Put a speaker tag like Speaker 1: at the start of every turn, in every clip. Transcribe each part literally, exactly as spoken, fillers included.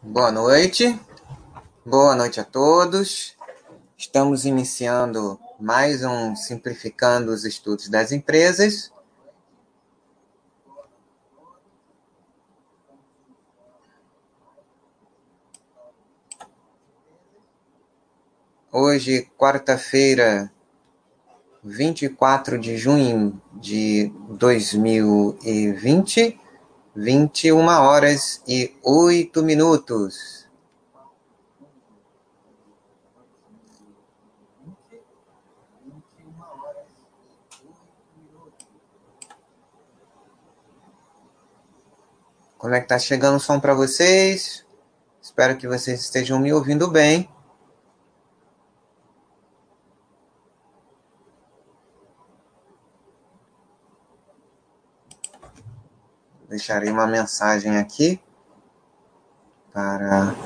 Speaker 1: Boa noite, boa noite a todos. Estamos iniciando mais um Simplificando os Estudos das Empresas. Hoje, quarta-feira, vinte e quatro de junho de dois mil e vinte, vinte e uma horas e oito minutos. Como é que tá chegando o som para vocês? Espero que vocês estejam me ouvindo bem. Deixarei uma mensagem aqui para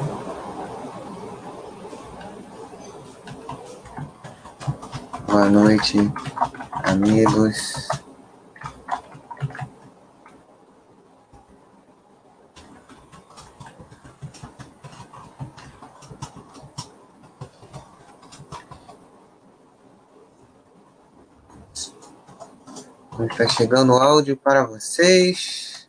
Speaker 1: boa noite, amigos. Está chegando o áudio para vocês.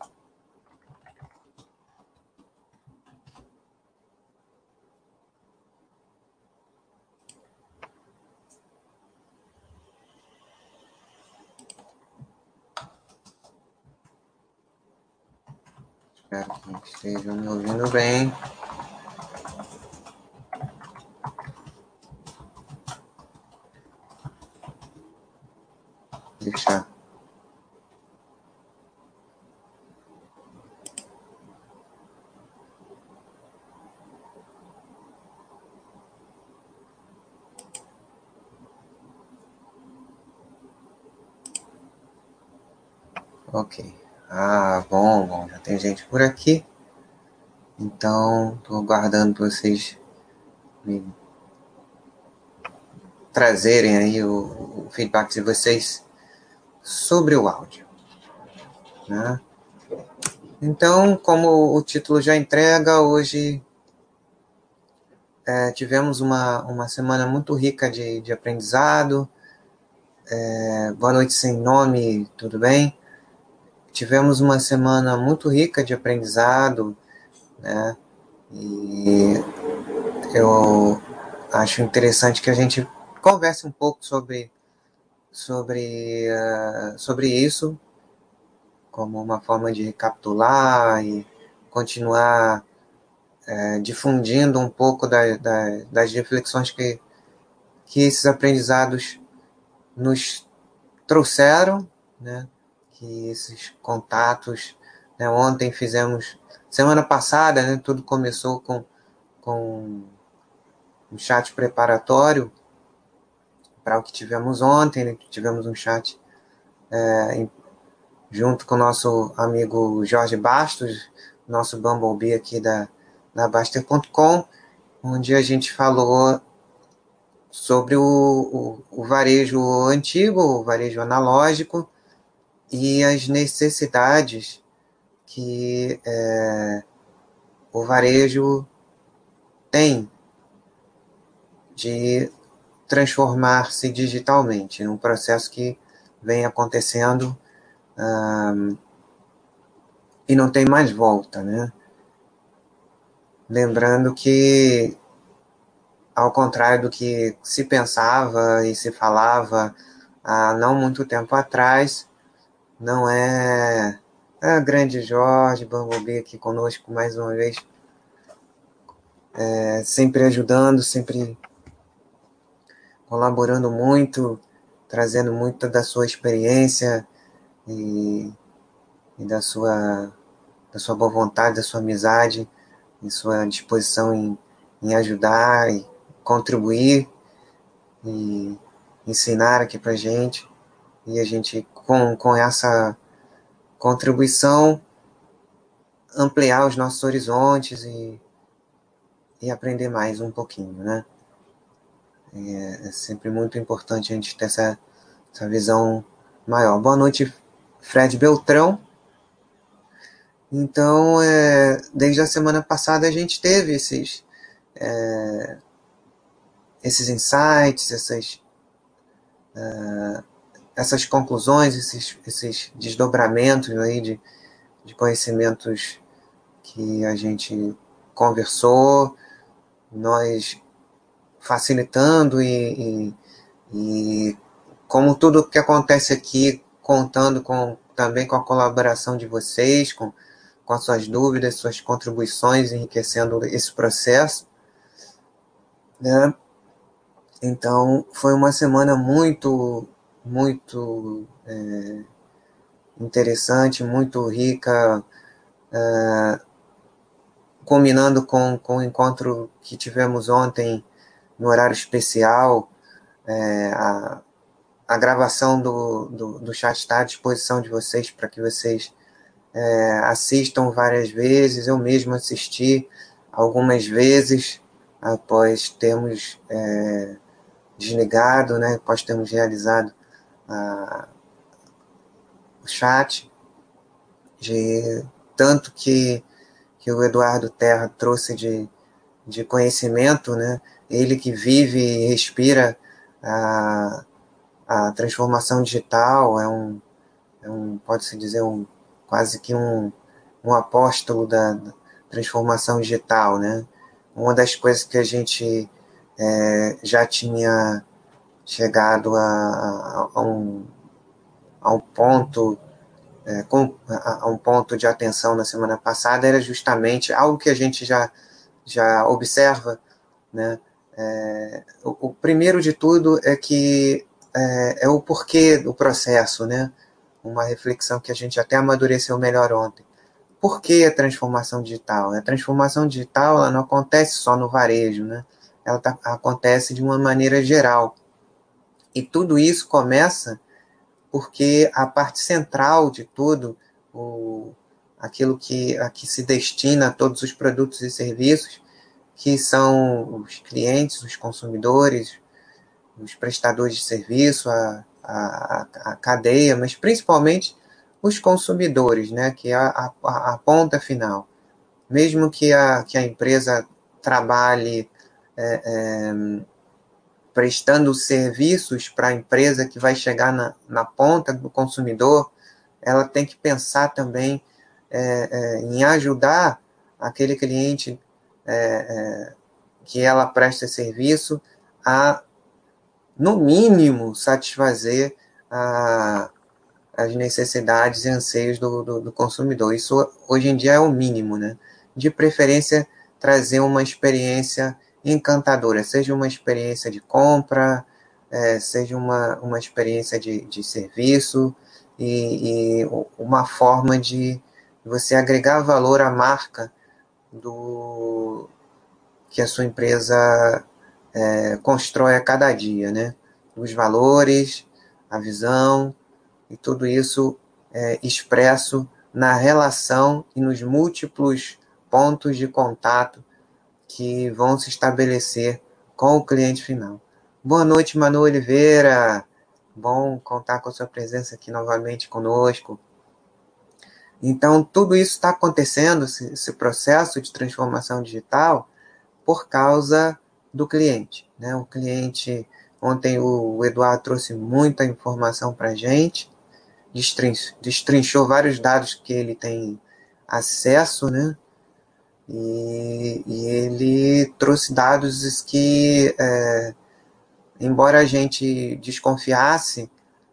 Speaker 1: Espero que estejam me ouvindo bem. Deixar. Ok. Ah, bom, bom. Já tem gente por aqui. Então, estou aguardando para vocês me trazerem aí o, o feedback de vocês sobre o áudio, né? Então, como o título já entrega, hoje é, tivemos uma, uma semana muito rica de, de aprendizado. É, boa noite sem nome, tudo bem? Tivemos uma semana muito rica de aprendizado, né? E eu acho interessante que a gente converse um pouco sobre, sobre, uh, sobre isso, como uma forma de recapitular e continuar uh, difundindo um pouco da, da, das reflexões que, que esses aprendizados nos trouxeram, né? Que esses contatos, né? Ontem fizemos, semana passada, né? Tudo começou com, com um chat preparatório para o que tivemos ontem, né? Tivemos um chat é, em, junto com o nosso amigo Jorge Bastos, nosso Bumblebee aqui da, da Baster ponto com, onde a gente falou sobre o, o, o varejo antigo, o varejo analógico e as necessidades que é, o varejo tem de transformar-se digitalmente, num processo que vem acontecendo um, e não tem mais volta, né? Lembrando que, ao contrário do que se pensava e se falava há não muito tempo atrás, não é a grande Jorge Bumblebee aqui conosco mais uma vez, é, sempre ajudando, sempre colaborando muito, trazendo muito da sua experiência e, e da sua da sua boa vontade, da sua amizade, e sua disposição em, em ajudar e contribuir e ensinar aqui pra gente. E a gente, com, com essa contribuição, ampliar os nossos horizontes e, e aprender mais um pouquinho, né? É, é sempre muito importante a gente ter essa, essa visão maior. Boa noite, Fred Beltrão. Então, é, desde a semana passada a gente teve esses, é, esses insights, essas, essas conclusões, esses, esses desdobramentos aí de, de conhecimentos que a gente conversou, nós facilitando e, e, e como tudo que acontece aqui, contando com, também com a colaboração de vocês, com, com as suas dúvidas, suas contribuições, enriquecendo esse processo, né? Então, foi uma semana muito, muito é, interessante, muito rica, é, combinando com, com o encontro que tivemos ontem no horário especial. É, a, a gravação do, do, do chat está à disposição de vocês para que vocês é, assistam várias vezes. Eu mesmo assisti algumas vezes após termos é, desligado, né, após termos realizado a, o chat, de tanto que, que o Eduardo Terra trouxe de, de conhecimento, né, ele que vive e respira a, a transformação digital, é um, é um pode-se dizer, um, quase que um, um apóstolo da, da transformação digital, né? Uma das coisas que a gente é, já tinha chegado a, a, a, um, a um ponto é, com, a, a um ponto de atenção na semana passada era justamente algo que a gente já, já observa, né? É, o, o primeiro de tudo é que é, é o porquê do processo, né? Uma reflexão que a gente até amadureceu melhor ontem. Por que a transformação digital? A transformação digital ela não acontece só no varejo, né? Ela tá, acontece de uma maneira geral. E tudo isso começa porque a parte central de tudo, o, aquilo que, a que se destina a todos os produtos e serviços, que são os clientes, os consumidores, os prestadores de serviço, a, a, a cadeia, mas principalmente os consumidores, né, que é a, a, a ponta final. Mesmo que a, que a empresa trabalhe é, é, prestando serviços para a empresa que vai chegar na, na ponta do consumidor, ela tem que pensar também é, é, em ajudar aquele cliente é, é, que ela presta serviço a, no mínimo, satisfazer a, as necessidades e anseios do, do, do consumidor. Isso hoje em dia é o mínimo, né? De preferência, trazer uma experiência encantadora, seja uma experiência de compra, é, seja uma, uma experiência de, de serviço e, e uma forma de você agregar valor à marca do que a sua empresa é, constrói a cada dia, né? Os valores, a visão, e tudo isso é expresso na relação e nos múltiplos pontos de contato que vão se estabelecer com o cliente final. Boa noite, Manu Oliveira. Bom contar com a sua presença aqui novamente conosco. Então, tudo isso está acontecendo, esse processo de transformação digital, por causa do cliente, né? O cliente, ontem o Eduardo trouxe muita informação para a gente, destrinchou vários dados que ele tem acesso, né? E, e ele trouxe dados que, é, embora a gente desconfiasse,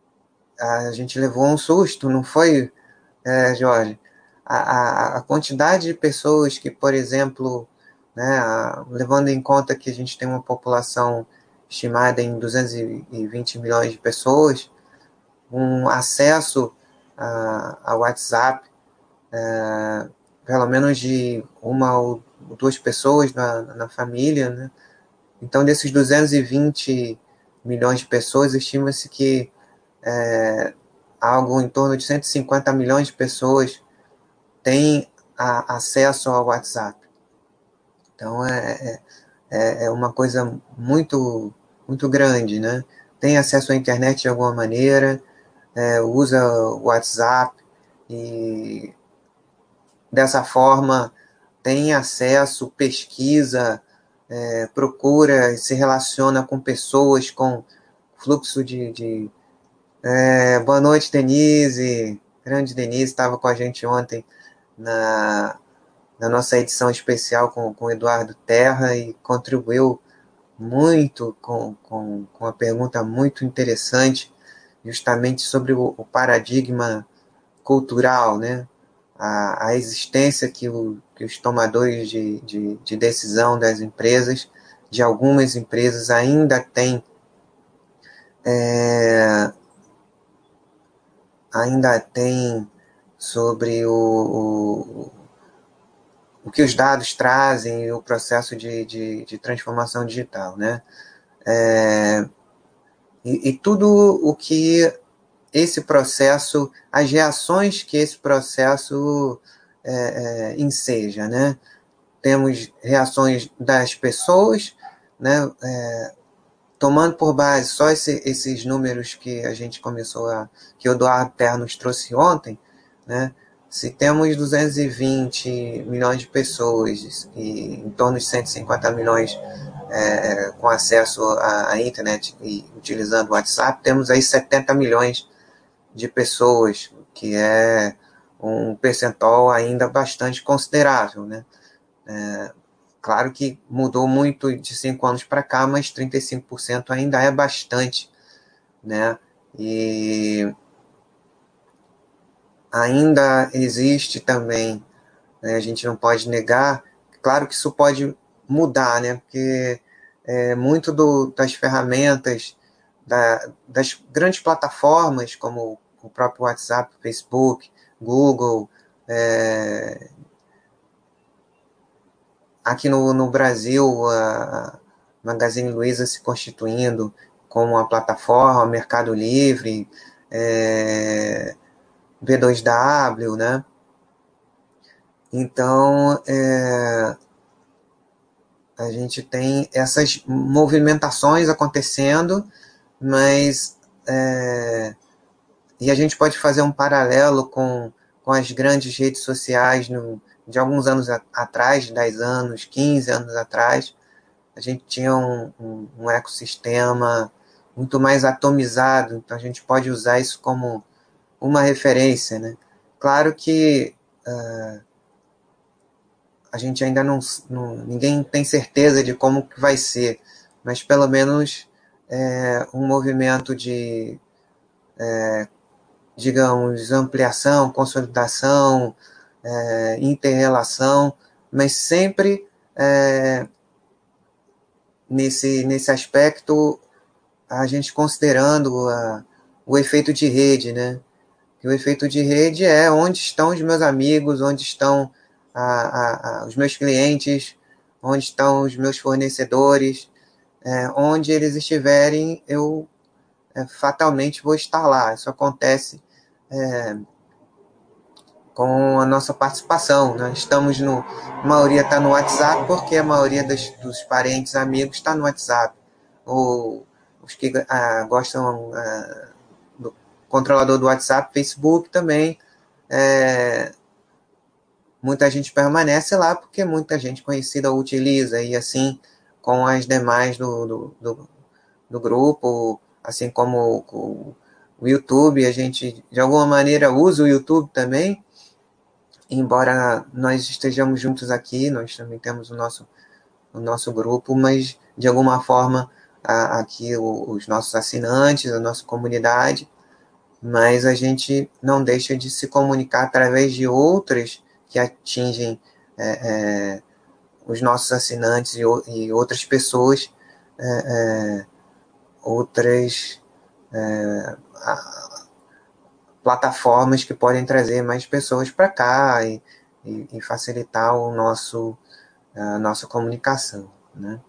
Speaker 1: a gente levou um susto, não foi, é, Jorge? A, a, a quantidade de pessoas que, por exemplo, né, a, levando em conta que a gente tem uma população estimada em duzentos e vinte milhões de pessoas, um acesso ao WhatsApp, é, pelo menos de uma ou duas pessoas na, na família, né? Então, desses duzentos e vinte milhões de pessoas, estima-se que é, algo em torno de cento e cinquenta milhões de pessoas têm a, acesso ao WhatsApp. Então, é, é, é uma coisa muito, muito grande, né? Tem acesso à internet de alguma maneira, é, usa o WhatsApp e dessa forma, tem acesso, pesquisa, é, procura, se relaciona com pessoas, com fluxo de... de é, boa noite, Denise. Grande Denise, estava com a gente ontem na, na nossa edição especial com, com o Eduardo Terra e contribuiu muito com, com, com uma pergunta muito interessante, justamente sobre o, o paradigma cultural, né? A, a existência que, o, que os tomadores de, de, de decisão das empresas, de algumas empresas, ainda têm, é, ainda tem sobre o, o, o que os dados trazem e o processo de, de, de transformação digital, né? É, e, e tudo o que esse processo, as reações que esse processo é, é, enseja, né? Temos reações das pessoas, né? É, tomando por base só esse, esses números que a gente começou a, que o Eduardo Terra nos trouxe ontem, né? Se temos duzentos e vinte milhões de pessoas e em torno de cento e cinquenta milhões é, com acesso à, à internet e utilizando o WhatsApp, temos aí setenta milhões de pessoas, que é um percentual ainda bastante considerável, né? É, claro que mudou muito de cinco anos para cá, mas trinta e cinco por cento ainda é bastante, né? E ainda existe também, né, a gente não pode negar, claro que isso pode mudar, né? Porque é, muito do, das ferramentas, da, das grandes plataformas, como o próprio WhatsApp, Facebook, Google, é, aqui no, no Brasil, a Magazine Luiza se constituindo como uma plataforma, Mercado Livre, é, B dois W, né? Então, é, a gente tem essas movimentações acontecendo, mas é, e a gente pode fazer um paralelo com, com as grandes redes sociais no, de alguns anos a, atrás, dez anos, quinze anos atrás, a gente tinha um, um, um ecossistema muito mais atomizado, então a gente pode usar isso como uma referência, né? Claro que uh, a gente ainda não, não, ninguém tem certeza de como que vai ser, mas pelo menos é, um movimento de, é, digamos, ampliação, consolidação, é, interrelação, mas sempre é, nesse, nesse aspecto a gente considerando a, o efeito de rede, né? E o efeito de rede é onde estão os meus amigos, onde estão a, a, a, os meus clientes, onde estão os meus fornecedores, é, onde eles estiverem, eu é, fatalmente vou estar lá. Isso acontece é, com a nossa participação. Né? Estamos no, a maioria está no WhatsApp porque a maioria das, dos parentes, amigos está no WhatsApp. Ou os que ah, gostam ah, do controlador do WhatsApp, Facebook também. É, muita gente permanece lá porque muita gente conhecida utiliza, e assim com as demais do, do, do, do grupo, assim como o, o YouTube, a gente de alguma maneira usa o YouTube também, embora nós estejamos juntos aqui, nós também temos o nosso, o nosso grupo, mas de alguma forma a, aqui o, os nossos assinantes, a nossa comunidade, mas a gente não deixa de se comunicar através de outras que atingem é, é, os nossos assinantes e, e outras pessoas, é, é, outras é, a, plataformas que podem trazer mais pessoas para cá e, e, e, facilitar o nosso, a nossa comunicação, né?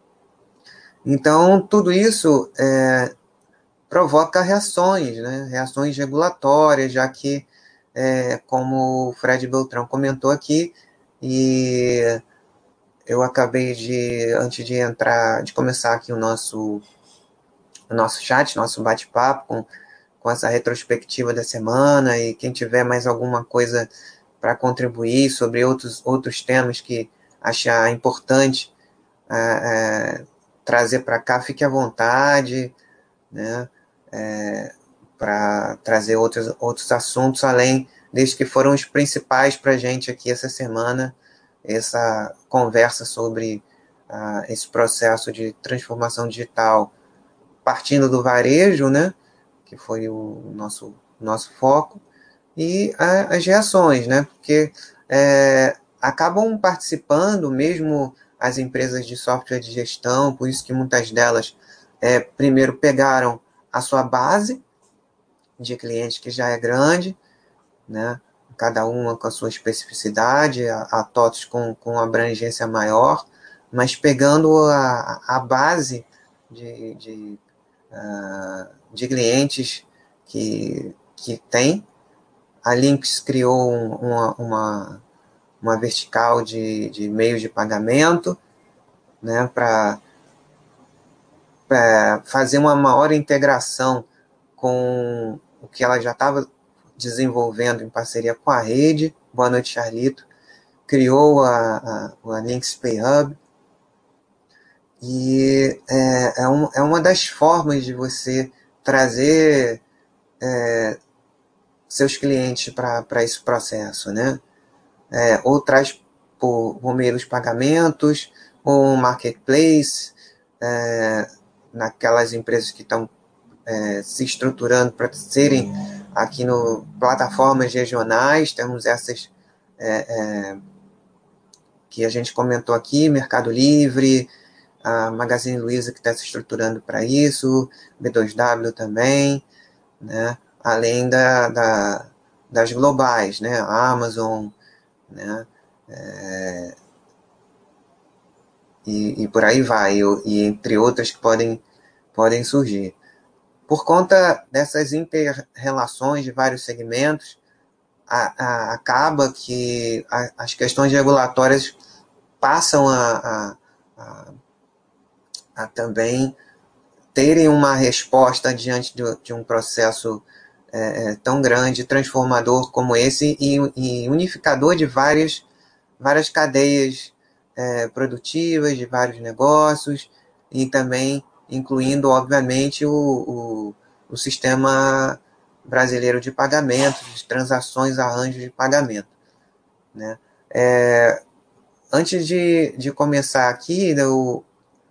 Speaker 1: Então, tudo isso é, provoca reações, né? Reações regulatórias, já que, é, como o Fred Beltrão comentou aqui, e eu acabei de, antes de entrar, de começar aqui o nosso, o nosso chat, nosso bate-papo, com, com essa retrospectiva da semana, e quem tiver mais alguma coisa para contribuir sobre outros, outros temas que achar importante é, é, trazer para cá, fique à vontade, né, é, para trazer outros, outros assuntos, além desde que foram os principais para a gente aqui essa semana, essa conversa sobre uh, esse processo de transformação digital, partindo do varejo, né, que foi o nosso, nosso foco, e a, as reações, né, porque é, acabam participando mesmo as empresas de software de gestão, por isso que muitas delas é, primeiro pegaram a sua base de clientes que já é grande, né, cada uma com a sua especificidade, a, a T O T S com, com abrangência maior, mas pegando a, a base de, de, uh, de clientes que, que tem. A Lynx criou um, uma, uma, uma vertical de, de meios de pagamento, né, para fazer uma maior integração com o que ela já estava desenvolvendo em parceria com a rede. Boa noite, Charlito. Criou a, a, a Lynx Pay Hub. E é, é, um, é uma das formas de você trazer é, seus clientes para esse processo, né? É, ou traz por, por meio dos pagamentos, ou um marketplace, é, naquelas empresas que estão é, se estruturando para serem aqui no plataformas regionais, temos essas é, é, que a gente comentou aqui, Mercado Livre, a Magazine Luiza que está se estruturando para isso, B dois W também, né? Além da, da, das globais, né? A Amazon, né? É, e, e por aí vai, e, e entre outras que podem, podem surgir. Por conta dessas inter-relações de vários segmentos, a, a, acaba que a, as questões regulatórias passam a, a, a, a também terem uma resposta diante de, de um processo é, tão grande, transformador como esse e, e unificador de várias, várias cadeias é, produtivas, de vários negócios e também incluindo, obviamente, o, o, o sistema brasileiro de pagamentos, de transações, arranjos de pagamento, né? É, antes de, de começar aqui, eu,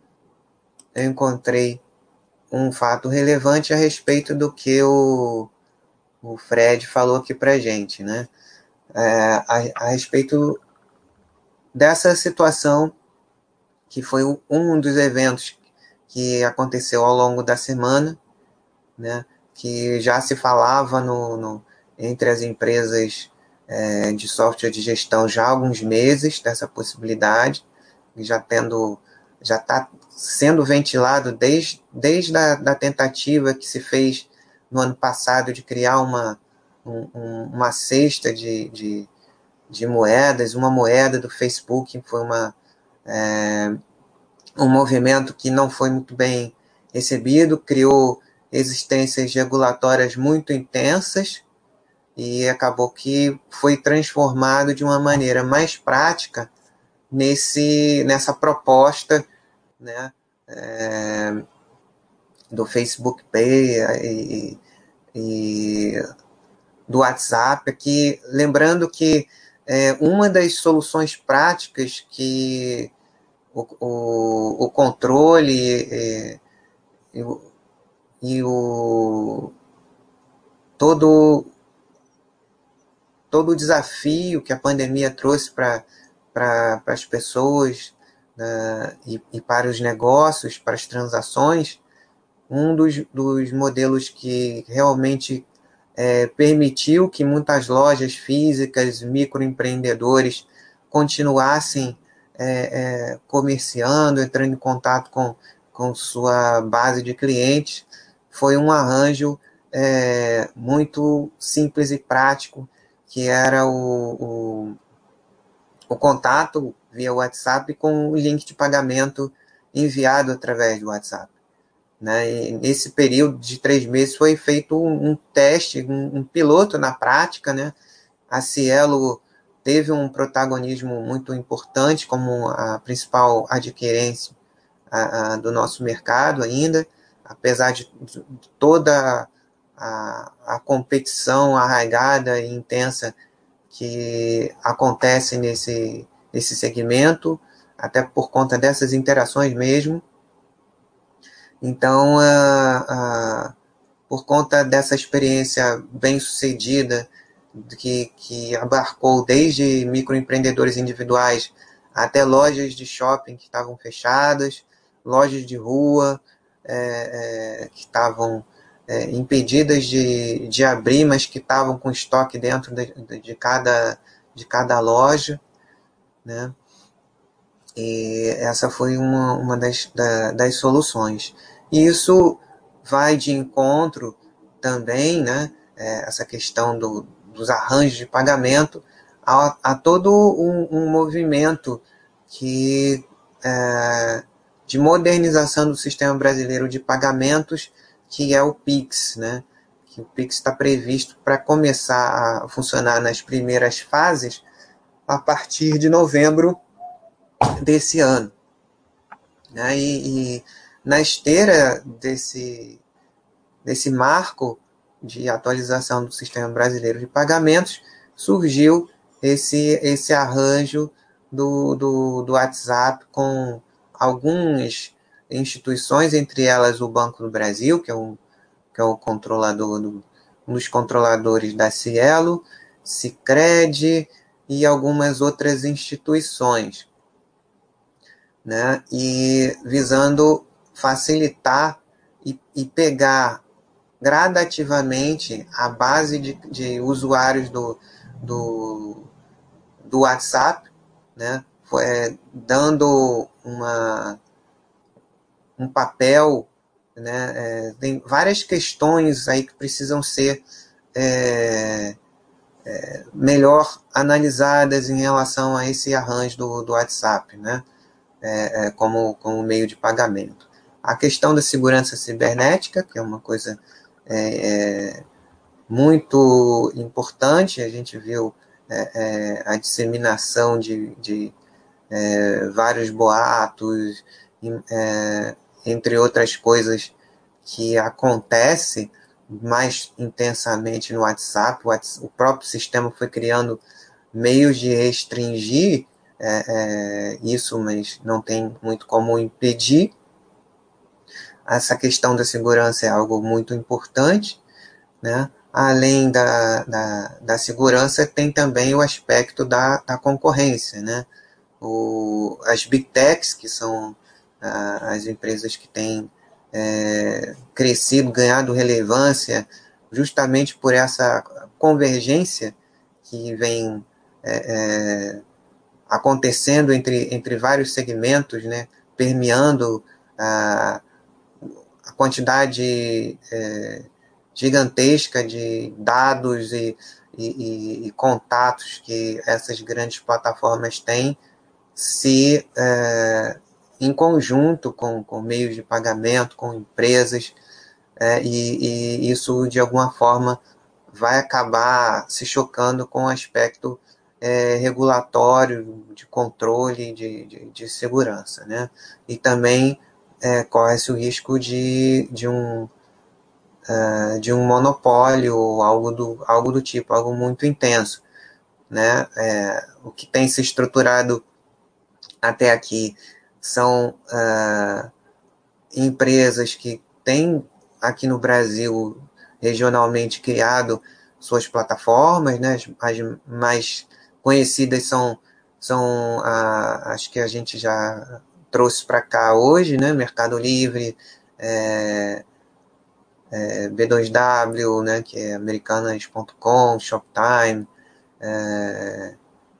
Speaker 1: eu encontrei um fato relevante a respeito do que o, o Fred falou aqui para gente, né? É, a, a respeito dessa situação que foi um dos eventos que aconteceu ao longo da semana, né? Que já se falava no, no, entre as empresas é, de software de gestão já há alguns meses dessa possibilidade, já tendo, já está sendo ventilado desde, desde a da tentativa que se fez no ano passado de criar uma, um, uma cesta de, de, de moedas, uma moeda do Facebook, foi uma, é, um movimento que não foi muito bem recebido, criou existências regulatórias muito intensas e acabou que foi transformado de uma maneira mais prática nesse, nessa proposta, né, é, do Facebook Pay e, e do WhatsApp, aqui, lembrando que é, uma das soluções práticas que o, o, o controle e, e, e o todo todo o desafio que a pandemia trouxe para para as pessoas, né, e, e para os negócios, para as transações, um dos, dos modelos que realmente é, permitiu que muitas lojas físicas, microempreendedores continuassem é, é, comerciando, entrando em contato com, com sua base de clientes, foi um arranjo é, muito simples e prático, que era o, o, o contato via WhatsApp com o link de pagamento enviado através do WhatsApp, né? E nesse período de três meses foi feito um, um teste, um, um piloto na prática, né? A Cielo teve um protagonismo muito importante como a principal adquirência a, a, do nosso mercado ainda, apesar de, de toda a, a competição arraigada e intensa que acontece nesse, nesse segmento, até por conta dessas interações mesmo. Então, a, a, por conta dessa experiência bem-sucedida, que, que abarcou desde microempreendedores individuais até lojas de shopping que estavam fechadas, lojas de rua é, é, que estavam é, impedidas de, de abrir, mas que estavam com estoque dentro de, de, cada, de cada loja, né? E essa foi uma, uma das, da, das soluções. E isso vai de encontro também, né, é, essa questão do, dos arranjos de pagamento, a, a todo um, um movimento que, é, de modernização do sistema brasileiro de pagamentos, que é o Pix, né? Que o Pix está previsto para começar a funcionar nas primeiras fases a partir de novembro desse ano. Né? E, e na esteira desse, desse marco de atualização do sistema brasileiro de pagamentos, surgiu esse, esse arranjo do, do, do WhatsApp com algumas instituições, entre elas o Banco do Brasil, que é, um, que é o controlador do, um dos controladores da Cielo, Sicredi e algumas outras instituições, né? E visando facilitar e, e pegar gradativamente a base de, de usuários do, do, do WhatsApp, né? Foi, é, dando uma, um papel, né? É, tem várias questões aí que precisam ser é, é, melhor analisadas em relação a esse arranjo do, do WhatsApp, né? É, é, como, como meio de pagamento. A questão da segurança cibernética, que é uma coisa é, é, muito importante, a gente viu é, é, a disseminação de, de é, vários boatos, é, entre outras coisas que acontece mais intensamente no WhatsApp. O, WhatsApp, o próprio sistema foi criando meios de restringir é, é, isso, mas não tem muito como impedir. Essa questão da segurança é algo muito importante, né? Além da, da, da segurança, tem também o aspecto da, da concorrência, né? O, as Big Techs, que são ah, as empresas que têm é, crescido, ganhado relevância, justamente por essa convergência que vem é, é, acontecendo entre, entre vários segmentos, né, permeando a, a quantidade é, gigantesca de dados e, e, e, contatos que essas grandes plataformas têm, se é, em conjunto com, com meios de pagamento, com empresas, é, e, e isso de alguma forma vai acabar se chocando com o aspecto é, regulatório, de controle, de, de, de segurança, né? E também é, corre-se o risco de, de, um, uh, de um monopólio, algo do, algo do tipo, algo muito intenso, né? É, o que tem se estruturado até aqui são uh, empresas que têm aqui no Brasil regionalmente criado suas plataformas, né? As, as mais conhecidas são, são a, as que a gente já trouxe para cá hoje, né? Mercado Livre, é, é, B dois W, né? Que é americanas ponto com, Shoptime, é,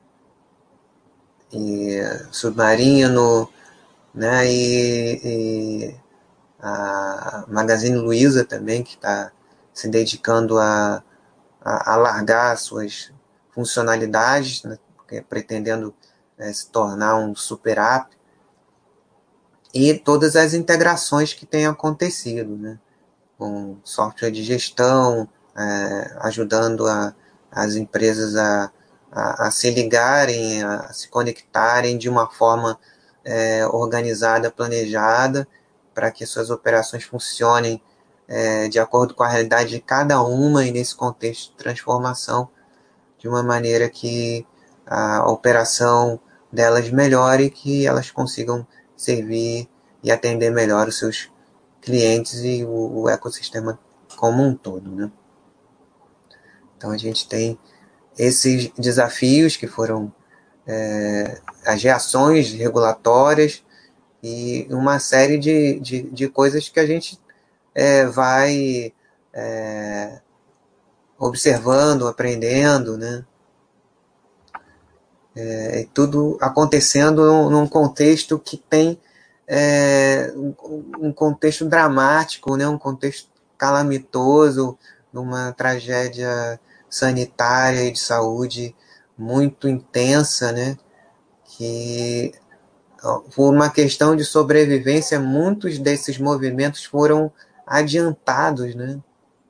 Speaker 1: e Submarino, né? E, e a Magazine Luiza também, que está se dedicando a, a alargar suas funcionalidades, né, pretendendo é, se tornar um super app, e todas as integrações que têm acontecido, né, com software de gestão, é, ajudando a, as empresas a, a, a se ligarem, a se conectarem de uma forma é, organizada, planejada, para que suas operações funcionem é, de acordo com a realidade de cada uma e nesse contexto de transformação, de uma maneira que a operação delas melhore e que elas consigam servir e atender melhor os seus clientes e o, o ecossistema como um todo, né? Então a gente tem esses desafios que foram é, as reações regulatórias e uma série de, de, de coisas que a gente é, vai é, observando, aprendendo, né? É, tudo acontecendo num, num contexto que tem é, um, um contexto dramático, né? Um contexto calamitoso, numa tragédia sanitária e de saúde muito intensa, né? Que por uma questão de sobrevivência, muitos desses movimentos foram adiantados, né?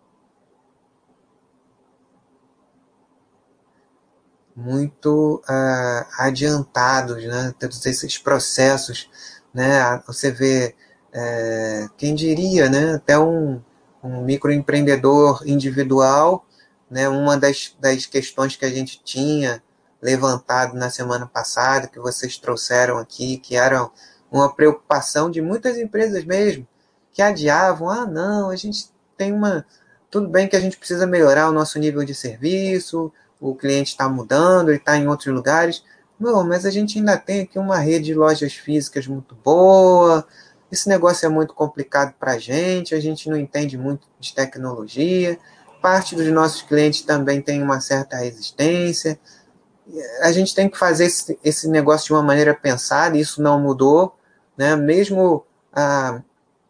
Speaker 1: Muito uh, adiantados, né? Todos esses processos, né? Você vê, é, quem diria, né? Até um, um microempreendedor individual, né? Uma das, das questões que a gente tinha levantado na semana passada, que vocês trouxeram aqui, que era uma preocupação de muitas empresas mesmo, que adiavam, ah, não, a gente tem uma... Tudo bem que a gente precisa melhorar o nosso nível de serviço, o cliente está mudando, ele está em outros lugares. Não, mas a gente ainda tem aqui uma rede de lojas físicas muito boa, esse negócio é muito complicado para a gente, a gente não entende muito de tecnologia, parte dos nossos clientes também tem uma certa resistência, a gente tem que fazer esse, esse negócio de uma maneira pensada, e isso não mudou, né? Mesmo a,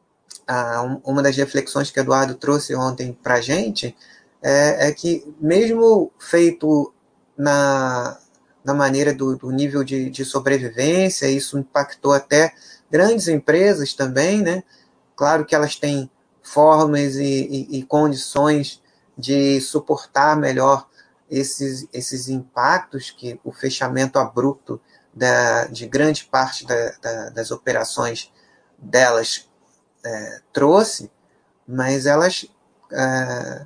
Speaker 1: a, uma das reflexões que o Eduardo trouxe ontem para a gente, é, é que mesmo feito na, na maneira do, do nível de, de sobrevivência, isso impactou até grandes empresas também, né? Claro que elas têm formas e, e, e condições de suportar melhor esses, esses impactos que o fechamento abrupto da, de grande parte da, da, das operações delas é, trouxe, mas elas é,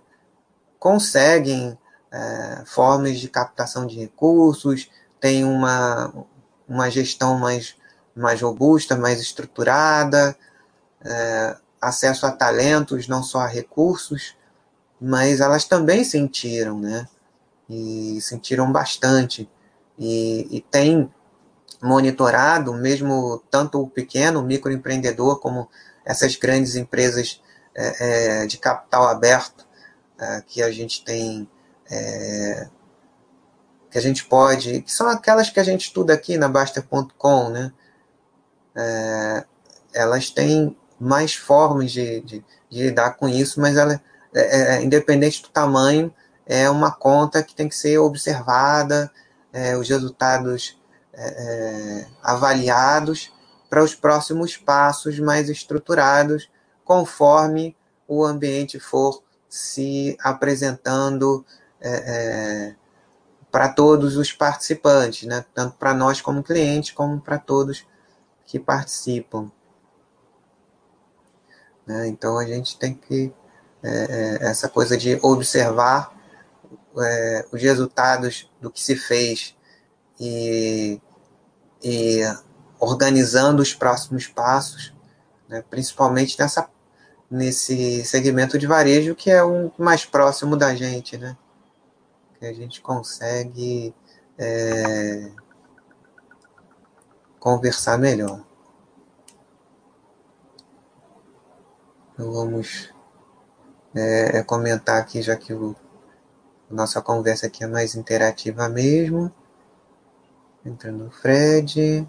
Speaker 1: conseguem é, formas de captação de recursos, têm uma, uma gestão mais, mais robusta, mais estruturada, é, acesso a talentos, não só a recursos, mas elas também sentiram, né? E sentiram bastante. E, e tem monitorado, mesmo tanto o pequeno, o microempreendedor, como essas grandes empresas é, é, de capital aberto, é, que a gente tem, é, que a gente pode, que são aquelas que a gente estuda aqui na Baster ponto com, né? É, elas têm mais formas de, de, de lidar com isso, mas ela, é, é, independente do tamanho, é uma conta que tem que ser observada, é, os resultados é, é, avaliados para os próximos passos mais estruturados, conforme o ambiente for se apresentando é, é, para todos os participantes, né? Tanto para nós como clientes, como para todos que participam. Né? Então a gente tem que, é, é, essa coisa de observar é, os resultados do que se fez e, e organizando os próximos passos, né? Principalmente nessa, nesse segmento de varejo que é o mais próximo da gente, né? Que a gente consegue é, conversar melhor. Então vamos é, é comentar aqui, já que o, a nossa conversa aqui é mais interativa mesmo. Entrando o Fred.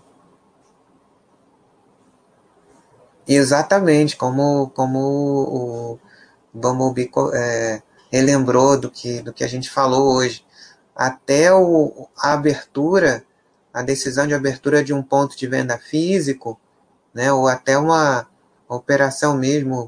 Speaker 1: Exatamente, como, como o Bumblebee é, relembrou do que, do que a gente falou hoje. Até o, a abertura, a decisão de abertura de um ponto de venda físico, né, ou até uma operação mesmo,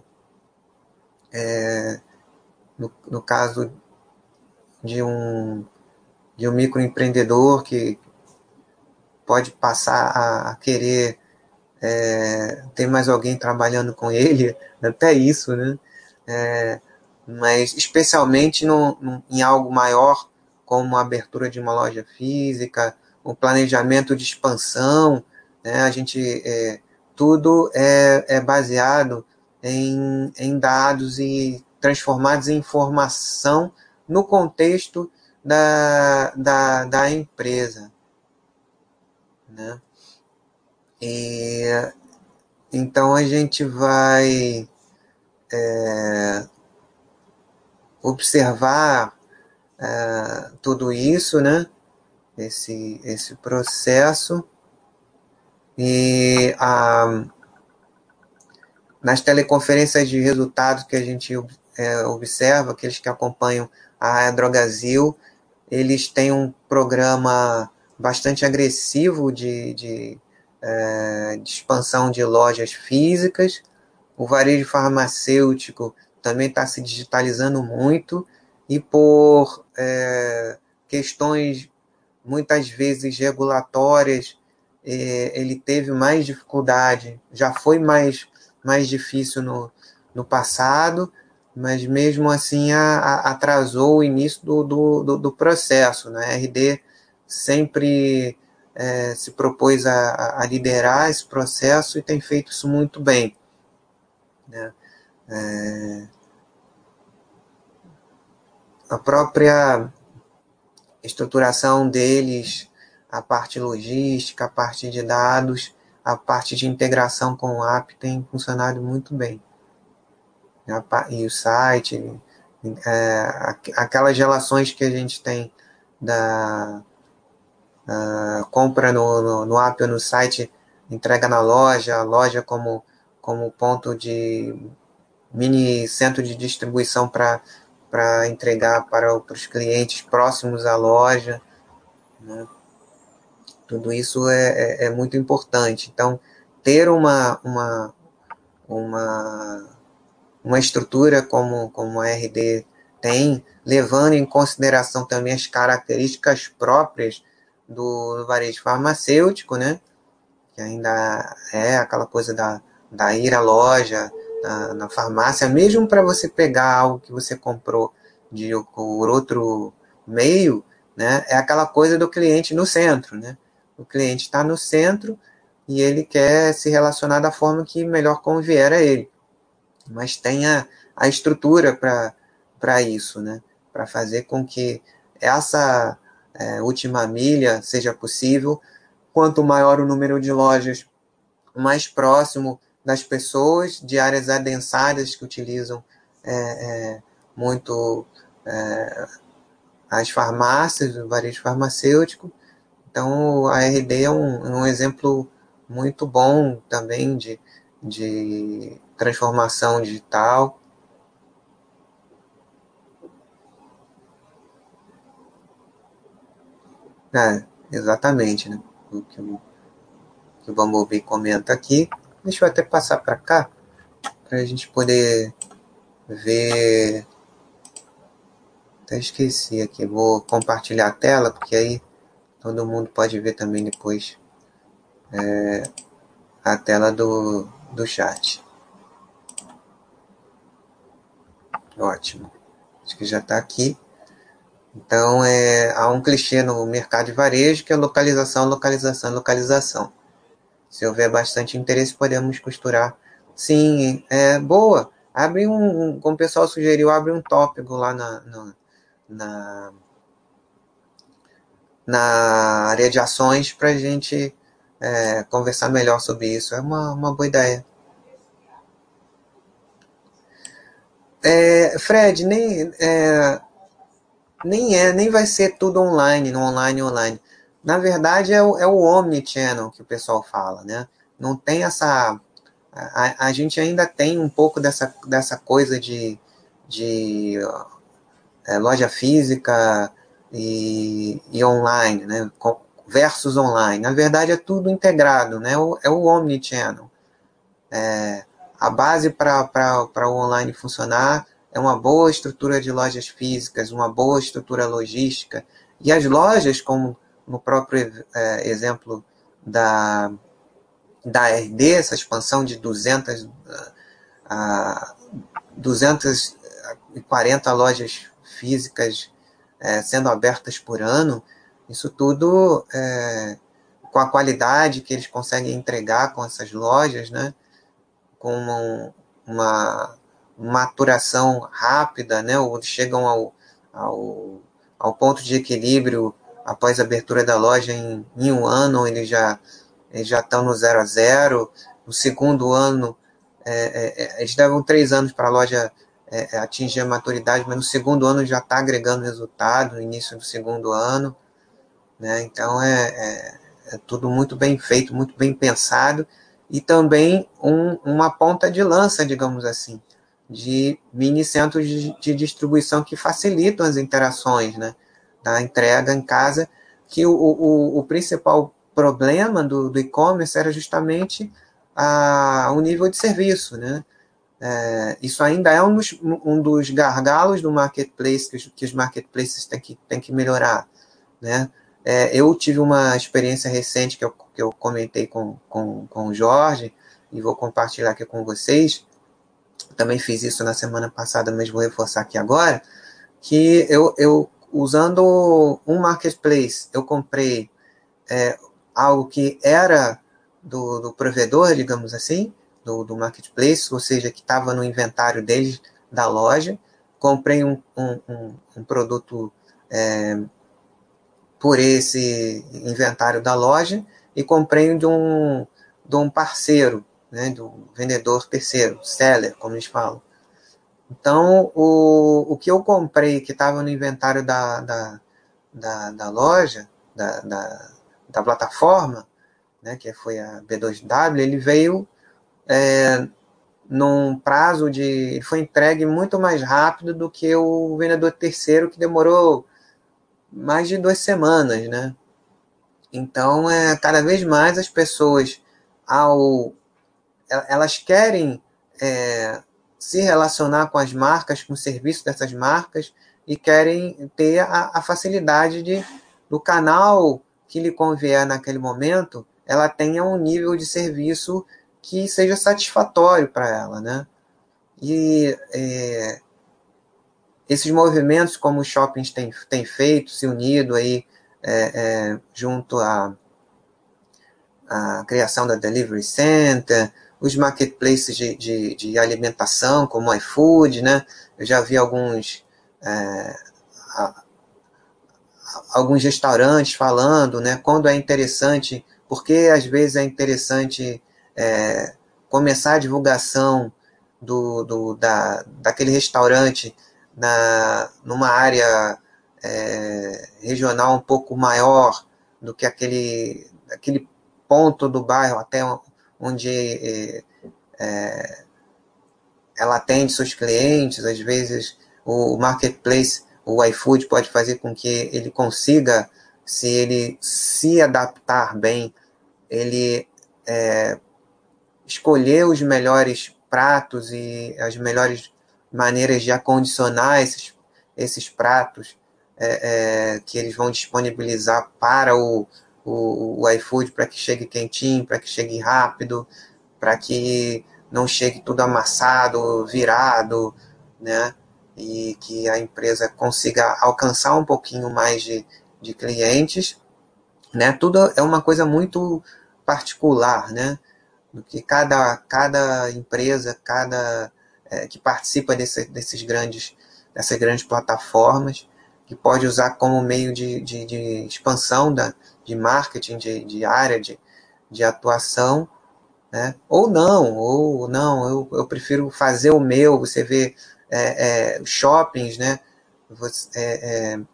Speaker 1: é, no, no caso de um, de um microempreendedor que pode passar a, a querer é, ter mais alguém trabalhando com ele, até isso, né? É, mas especialmente no, no, em algo maior, como a abertura de uma loja física, o planejamento de expansão, né? A gente, é, tudo é, é baseado em, em dados e transformados em informação no contexto da, da, da empresa, né? E então a gente vai é, observar é, tudo isso, né? Esse, esse processo. E a, nas teleconferências de resultados que a gente é, observa, aqueles que acompanham a Drogazil, eles têm um programa bastante agressivo de, de, é, de expansão de lojas físicas. O varejo farmacêutico também está se digitalizando muito e por é, questões muitas vezes regulatórias, eh, ele teve mais dificuldade, já foi mais, mais difícil no, no passado, mas mesmo assim a, a, atrasou o início do, do, do processo. Né? A R D sempre eh, se propôs a, a liderar esse processo e tem feito isso muito bem. Né? É, a própria estruturação deles, a parte logística, a parte de dados, a parte de integração com o app tem funcionado muito bem. E o site, é, aquelas relações que a gente tem da compra no, no, no app ou no site, entrega na loja, a loja como, como ponto de mini centro de distribuição para para entregar para, para os clientes próximos à loja, né? Tudo isso é, é, é muito importante. Então, ter uma, uma, uma, uma estrutura como, como a R D tem, levando em consideração também as características próprias do, do varejo farmacêutico, né? Que ainda é aquela coisa da, da ir à loja, na, na farmácia, mesmo para você pegar algo que você comprou de, por outro meio, né? É aquela coisa do cliente no centro, né? O cliente está no centro e ele quer se relacionar da forma que melhor convier a ele. Mas tenha a estrutura para isso, né? Para fazer com que essa é, última milha seja possível. Quanto maior o número de lojas, mais próximo das pessoas, de áreas adensadas que utilizam é, é, muito é, as farmácias, o varejo farmacêutico. Então, a R D é um, um exemplo muito bom também de, de transformação digital. É, exatamente, né? O que o, que o Bumblebee comenta aqui. Deixa eu até passar para cá, para a gente poder ver. Até esqueci aqui. Vou compartilhar a tela, porque aí todo mundo pode ver também depois é, a tela do, do chat. Ótimo. Acho que já está aqui. Então, é, há um clichê no mercado de varejo que é localização, localização, localização. Se houver bastante interesse, podemos costurar. Sim, é boa. Abre um, como o pessoal sugeriu, abre um tópico lá na, na, na, na área de ações para a gente é, conversar melhor sobre isso. É uma, uma boa ideia. É, Fred, nem é, nem é, nem vai ser tudo online, no online, online. Na verdade, é o, é o omnichannel que o pessoal fala, né? Não tem essa... A, a gente ainda tem um pouco dessa, dessa coisa de, de é, loja física e, e online, né? Versus online. Na verdade, é tudo integrado, né? O, é o omnichannel. É, a base para o online funcionar é uma boa estrutura de lojas físicas, uma boa estrutura logística, E as lojas, como no próprio é, exemplo da, da R D, essa expansão de duzentas a duzentas e quarenta lojas físicas é, sendo abertas por ano, isso tudo é, com a qualidade que eles conseguem entregar com essas lojas, né? Com uma, uma maturação rápida, né? Ou chegam ao, ao, ao ponto de equilíbrio após a abertura da loja em, em um ano, eles já, eles já estão no zero a zero. No segundo ano, é, é, eles levam três anos para a loja é, atingir a maturidade, mas no segundo ano já está agregando resultado, no início do segundo ano, né? Então é, é, é tudo muito bem feito, muito bem pensado, e também um, uma ponta de lança, digamos assim, de mini centros de, de distribuição que facilitam as interações, né, da entrega em casa, que o, o, o principal problema do, do e-commerce era justamente a, o nível de serviço, né? É, isso ainda é um dos, um dos gargalos do marketplace que os, que os marketplaces têm que, têm que melhorar, né? É, eu tive uma experiência recente que eu, que eu comentei com, com, com o Jorge e vou compartilhar aqui com vocês. Também fiz isso na semana passada, mas vou reforçar aqui agora, que eu, eu usando um marketplace, eu comprei é, algo que era do, do provedor, digamos assim, do, do marketplace, ou seja, que estava no inventário deles da loja. Comprei um, um, um, um produto é, por esse inventário da loja e comprei de um, de um parceiro, né, de um vendedor terceiro, seller, como eles falam. Então, o, o que eu comprei que estava no inventário da, da, da, da loja, da, da, da plataforma, né, que foi a B dois W, ele veio é, num prazo de... Ele foi entregue muito mais rápido do que o vendedor terceiro, que demorou mais de duas semanas, né? Então, é, cada vez mais as pessoas, ao, elas querem é, se relacionar com as marcas, com o serviço dessas marcas, e querem ter a, a facilidade de, do canal que lhe convier naquele momento, ela tenha um nível de serviço que seja satisfatório para ela, né? E é, esses movimentos, como os shoppings têm, têm feito, se unido aí é, é, junto a a criação da Delivery Center, os marketplaces de, de, de alimentação, como o iFood, né? Eu já vi alguns, é, a, alguns restaurantes falando, né, quando é interessante, porque às vezes é interessante é, começar a divulgação do, do, da, daquele restaurante na, numa área é, regional um pouco maior do que aquele, aquele ponto do bairro até onde é, é, ela atende seus clientes. Às vezes o marketplace, o iFood, pode fazer com que ele consiga, se ele se adaptar bem, ele é, escolher os melhores pratos e as melhores maneiras de acondicionar esses, esses pratos é, é, que eles vão disponibilizar para o, o, o iFood, para que chegue quentinho, para que chegue rápido, para que não chegue tudo amassado, virado, né? E que a empresa consiga alcançar um pouquinho mais de, de clientes, né? Tudo é uma coisa muito particular, né? Do que cada, cada empresa, cada é, que participa desse, desses grandes, dessas grandes plataformas, que pode usar como meio de, de, de expansão da, de marketing, de, de área de, de atuação, né? Ou não, ou não, eu, eu prefiro fazer o meu. Você vê é, é, shoppings, né? Você, é, é,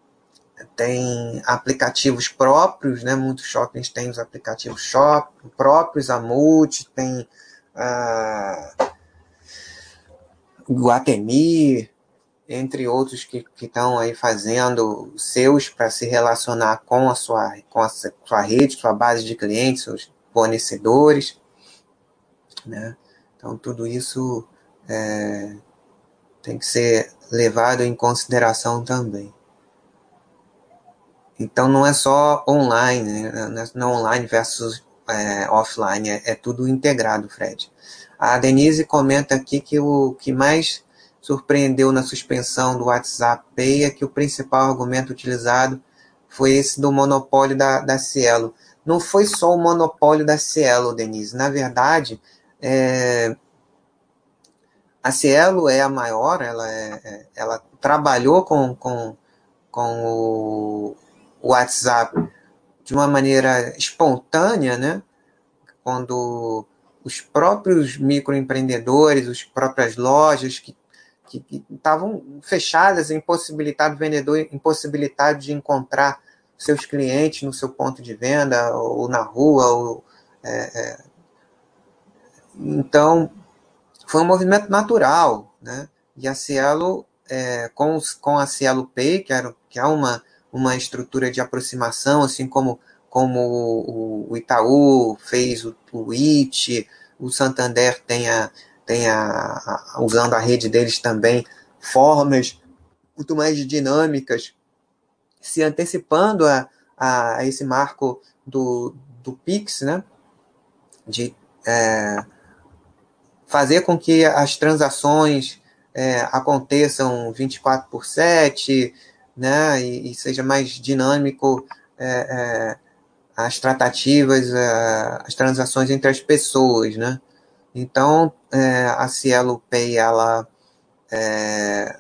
Speaker 1: tem aplicativos próprios, né? Muitos shoppings têm os aplicativos shop, próprios, a Multi, tem a Guatemi, entre outros que estão aí fazendo seus para se relacionar com a sua, com a sua rede, sua base de clientes, seus fornecedores, né? Então, tudo isso é, tem que ser levado em consideração também. Então não é só online, né? Não é online versus é, offline, é, é tudo integrado, Fred. A Denise comenta aqui que o que mais surpreendeu na suspensão do WhatsApp Pay é que o principal argumento utilizado foi esse do monopólio da, da Cielo. Não foi só o monopólio da Cielo, Denise. Na verdade, é, a Cielo é a maior, ela, é, ela trabalhou com, com, com o WhatsApp de uma maneira espontânea, né? Quando os próprios microempreendedores, as próprias lojas que que estavam fechadas, impossibilitado o vendedor, impossibilitado de encontrar seus clientes no seu ponto de venda, ou na rua. Ou, é, é. Então, foi um movimento natural, né? E a Cielo, é, com, com a Cielo Pay, que, era, que é uma, uma estrutura de aproximação, assim como, como o, o Itaú fez o, o I T, o Santander tem, a, tem a, a, usando a rede deles também, formas muito mais dinâmicas, se antecipando a, a, a esse marco do, do Pix, né? De é, fazer com que as transações é, aconteçam vinte e quatro por sete, né, e, e seja mais dinâmico é, é, as tratativas, é, as transações entre as pessoas, né? Então, é, a Cielo Pay, ela é,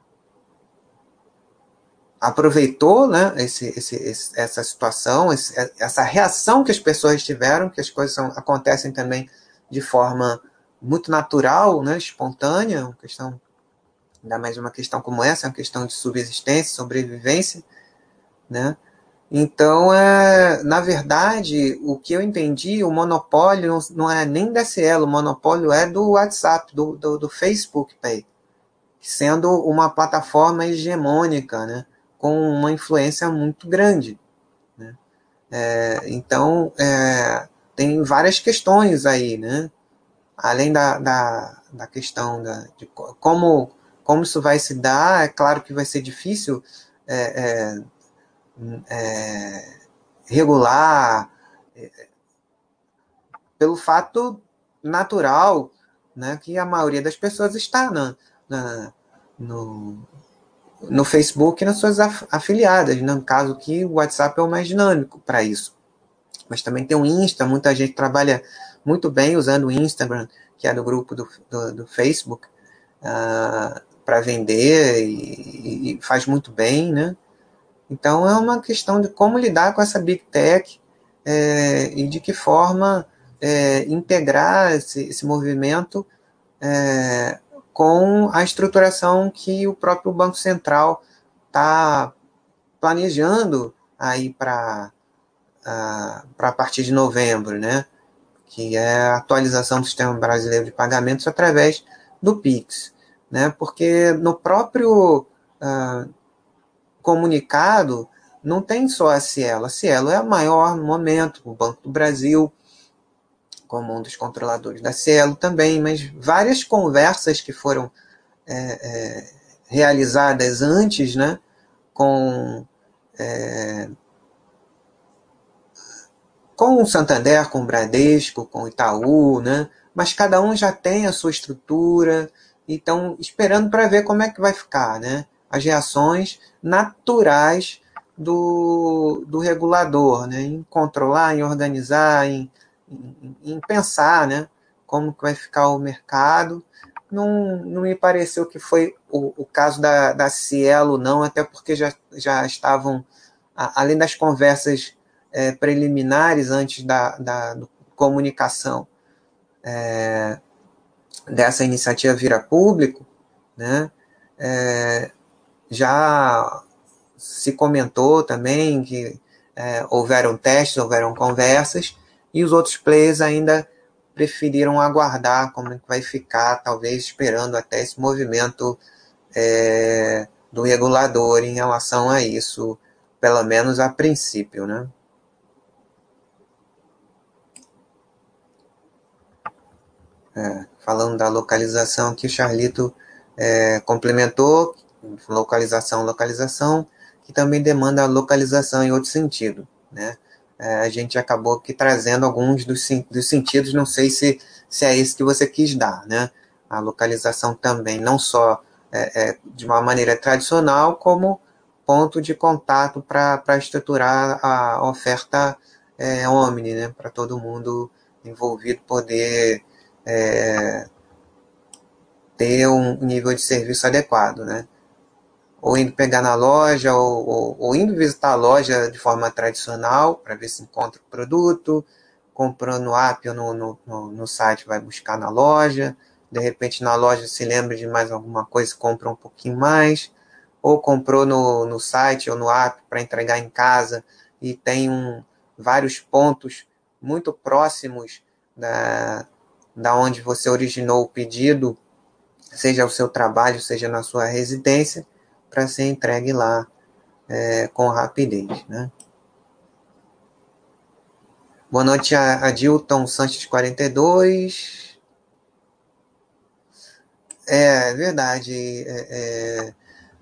Speaker 1: aproveitou, né, esse, esse, esse, essa situação, esse, essa reação que as pessoas tiveram, que as coisas são, acontecem também de forma muito natural, né, espontânea, uma questão, ainda mais uma questão como essa, é uma questão de subsistência, sobrevivência, né? Então, é, na verdade, o que eu entendi, o monopólio não, não é nem da Cielo, o monopólio é do WhatsApp, do, do, do Facebook Pay, sendo uma plataforma hegemônica, né, com uma influência muito grande, né? É, então, é, tem várias questões aí, né? Além da, da, da questão da, de como, como isso vai se dar, é claro que vai ser difícil é, é, é, regular é, pelo fato natural, né, que a maioria das pessoas está na, na, no, no Facebook e nas suas afiliadas, né? No caso que o WhatsApp é o mais dinâmico para isso. Mas também tem o Insta, muita gente trabalha muito bem usando o Instagram, que é do grupo do, do, do Facebook, uh, para vender e, e faz muito bem, né? Então é uma questão de como lidar com essa Big Tech é, e de que forma é, integrar esse, esse movimento é, com a estruturação que o próprio Banco Central está planejando aí para a, a partir de novembro, né? Que é a atualização do Sistema Brasileiro de Pagamentos através do Pix, né? Porque no próprio uh, comunicado não tem só a Cielo. A Cielo é a maior no momento, o Banco do Brasil, como um dos controladores da Cielo também, mas várias conversas que foram é, é, realizadas antes, né, com, é, com o Santander, com o Bradesco, com o Itaú, né, mas cada um já tem a sua estrutura, e estão esperando para ver como é que vai ficar, né, as reações naturais do, do regulador, né, em controlar, em organizar, em, em, em pensar, né, como que vai ficar o mercado. Não, não me pareceu que foi o, o caso da, da Cielo, não, até porque já, já estavam, a, além das conversas é, preliminares antes da, da comunicação é, dessa iniciativa vir a público, né, é, já se comentou também que é, houveram testes, houveram conversas, e os outros players ainda preferiram aguardar como é que vai ficar, talvez esperando até esse movimento é, do regulador em relação a isso, pelo menos a princípio, né? É, falando da localização aqui, o Charlito é, complementou, localização, localização, que também demanda localização em outro sentido, né? É, a gente acabou aqui trazendo alguns dos, dos sentidos, não sei se, se é esse que você quis dar, né? A localização também, não só é, é, de uma maneira tradicional, como ponto de contato para estruturar a oferta é, Omni, né? Para todo mundo envolvido poder é, ter um nível de serviço adequado, né? Ou indo pegar na loja, ou, ou, ou indo visitar a loja de forma tradicional, para ver se encontra o produto, comprando no app ou no, no, no, no site, vai buscar na loja, de repente na loja se lembra de mais alguma coisa, compra um pouquinho mais, ou comprou no, no site ou no app para entregar em casa, e tem um, vários pontos muito próximos da, da onde você originou o pedido, seja o seu trabalho, seja na sua residência, para ser entregue lá é, com rapidez, né? Boa noite a, a Dilton Sanches quarenta e dois. É verdade, é,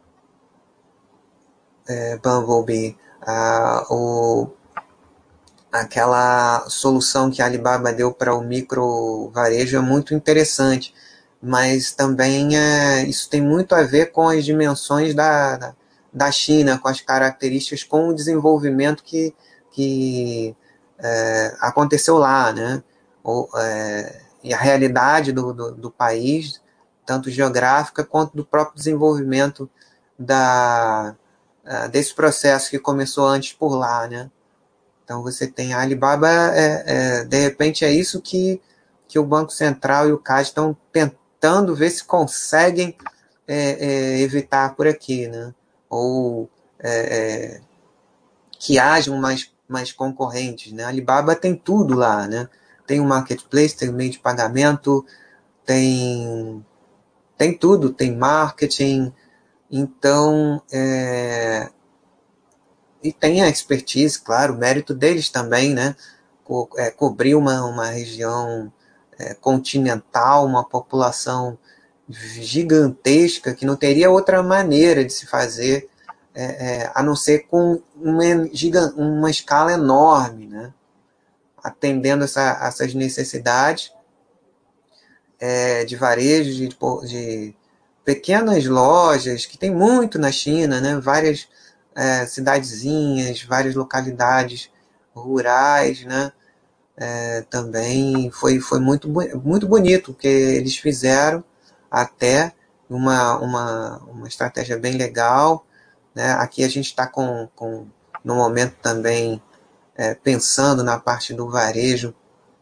Speaker 1: é, é, Bumblebee. Ah, o, aquela solução que a Alibaba deu para o micro varejo é muito interessante, mas também é, isso tem muito a ver com as dimensões da, da China, com as características, com o desenvolvimento que, que é, aconteceu lá, né? Ou, é, e a realidade do, do, do país, tanto geográfica quanto do próprio desenvolvimento da, desse processo que começou antes por lá, né? Então você tem a Alibaba, é, é, de repente é isso que, que o Banco Central e o C A D estão tentando ver se conseguem é, é, evitar por aqui, né? Ou é, é, que hajam mais, mais concorrentes, né? A Alibaba tem tudo lá, né? Tem o marketplace, tem o meio de pagamento, tem, tem tudo, tem marketing, então é, e tem a expertise, claro, o mérito deles também, né? Co é, cobrir uma, uma região é, continental, uma população gigantesca que não teria outra maneira de se fazer é, é, a não ser com uma, uma escala enorme, né? Atendendo essa, essas necessidades é, de varejo, de, de pequenas lojas, que tem muito na China, né? Várias é, cidadezinhas, várias localidades rurais, né? É, também foi, foi muito, muito bonito o que eles fizeram, até uma, uma, uma estratégia bem legal, né? Aqui a gente está com, com, no momento também é, pensando na parte do varejo,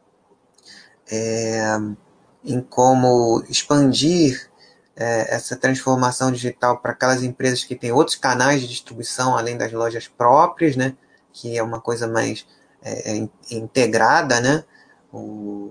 Speaker 1: é, em como expandir é, essa transformação digital para aquelas empresas que têm outros canais de distribuição além das lojas próprias, né? Que é uma coisa mais é, integrada, né? O,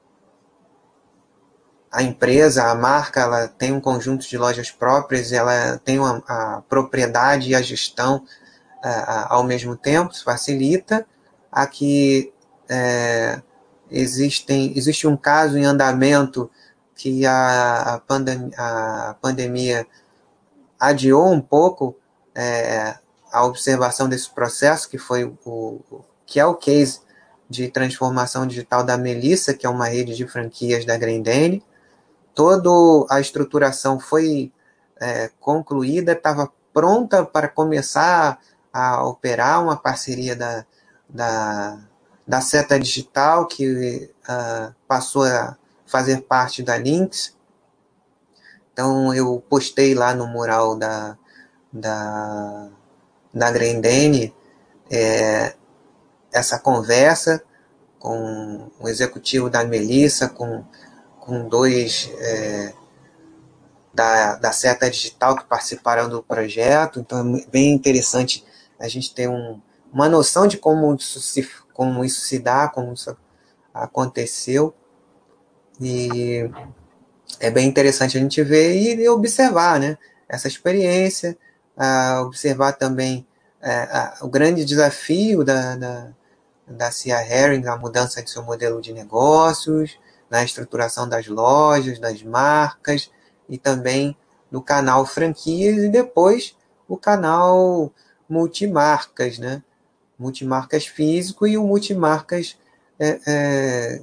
Speaker 1: a empresa, a marca, ela tem um conjunto de lojas próprias, ela tem uma, a propriedade e a gestão a, a, ao mesmo tempo, isso facilita. Aqui é, existem, existe um caso em andamento que a, a, pandem a pandemia adiou um pouco é, a observação desse processo, que foi o que é o case de transformação digital da Melissa, que é uma rede de franquias da Grendene. Toda a estruturação foi é, concluída, estava pronta para começar a operar uma parceria da, da, da Seta Digital, que uh, passou a fazer parte da Lynx. Então, eu postei lá no mural da, da, da Grendene é, essa conversa com o executivo da Melissa, com, com dois é, da, da Seta Digital que participaram do projeto. Então, é bem interessante a gente ter um, uma noção de como isso, se, como isso se dá, como isso aconteceu. E é bem interessante a gente ver e observar, né, essa experiência, uh, observar também uh, uh, o grande desafio da, da, da Cia Herring, na mudança de seu modelo de negócios, na estruturação das lojas, das marcas, e também no canal franquias, e depois o canal multimarcas, né? Multimarcas físico e o multimarcas é, é,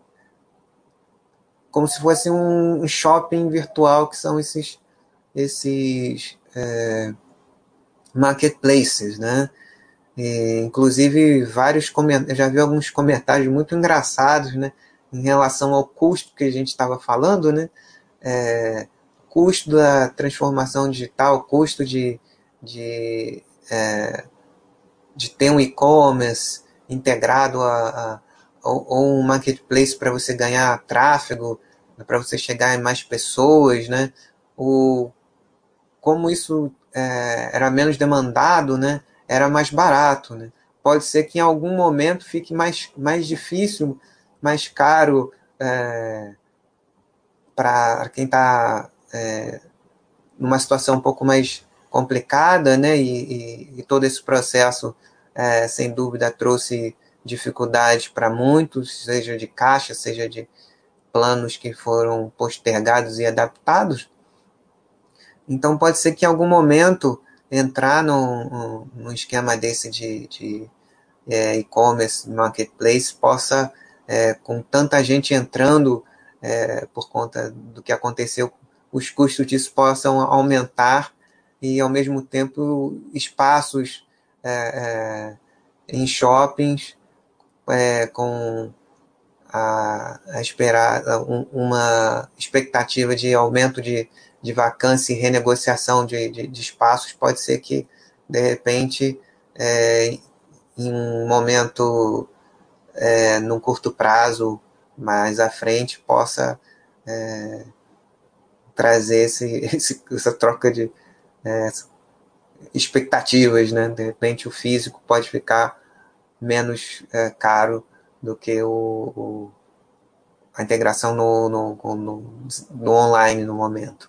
Speaker 1: como se fosse um shopping virtual, que são esses, esses é, marketplaces, né? E, inclusive, vários comentários, já vi alguns comentários muito engraçados, né, em relação ao custo que a gente estava falando, né? É, custo da transformação digital, custo de, de, é, de ter um e-commerce integrado a, a ou, ou um marketplace para você ganhar tráfego, para você chegar em mais pessoas, né? O, como isso é, era menos demandado, né? Era mais barato, né? Pode ser que em algum momento fique mais, mais difícil, mais caro é, para quem está é, numa situação um pouco mais complicada, né? E, e, e todo esse processo, é, sem dúvida, trouxe dificuldades para muitos, seja de caixa, seja de planos que foram postergados e adaptados. Então pode ser que em algum momento entrar num, num esquema desse de, de é, e-commerce, marketplace, possa, é, com tanta gente entrando é, por conta do que aconteceu, os custos disso possam aumentar e, ao mesmo tempo, espaços é, é, em shoppings é, com a, a esperar um, uma expectativa de aumento de, de vacância e renegociação de, de, de espaços, pode ser que, de repente, é, em um momento, é, num curto prazo, mais à frente, possa é, trazer esse, esse, essa troca de é, expectativas, né? De repente, o físico pode ficar menos é, caro do que o, o a integração no, no, no, no online no momento.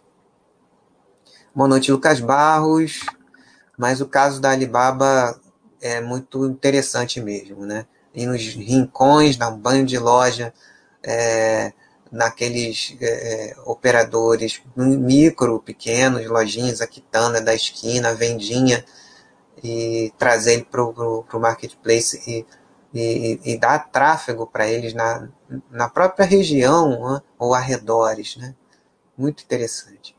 Speaker 1: Boa noite, Lucas Barros. Mas o caso da Alibaba é muito interessante mesmo, né? E nos rincões, dá um banho de loja, é, naqueles é, operadores micro, pequenos, lojinhas, a quitanda da esquina, a vendinha, e trazer ele para o marketplace e, e, e dar tráfego para eles na, na própria região, né, ou arredores, né? Muito interessante.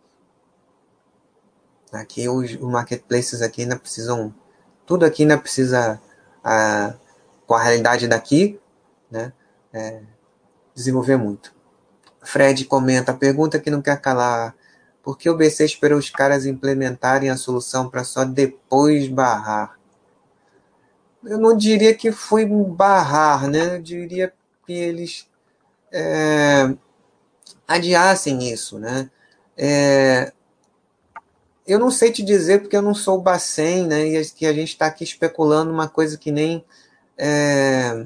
Speaker 1: Aqui os, os marketplaces aqui ainda precisam, tudo aqui ainda precisa, a, com a realidade daqui, né, é, desenvolver muito. Fred comenta, a pergunta que não quer calar, por que o B C esperou os caras implementarem a solução para só depois barrar? Eu não diria que foi barrar, né? Eu diria que eles é, adiassem isso, né? É, eu não sei te dizer porque eu não sou o Bacen, né? E que a gente está aqui especulando uma coisa que nem é,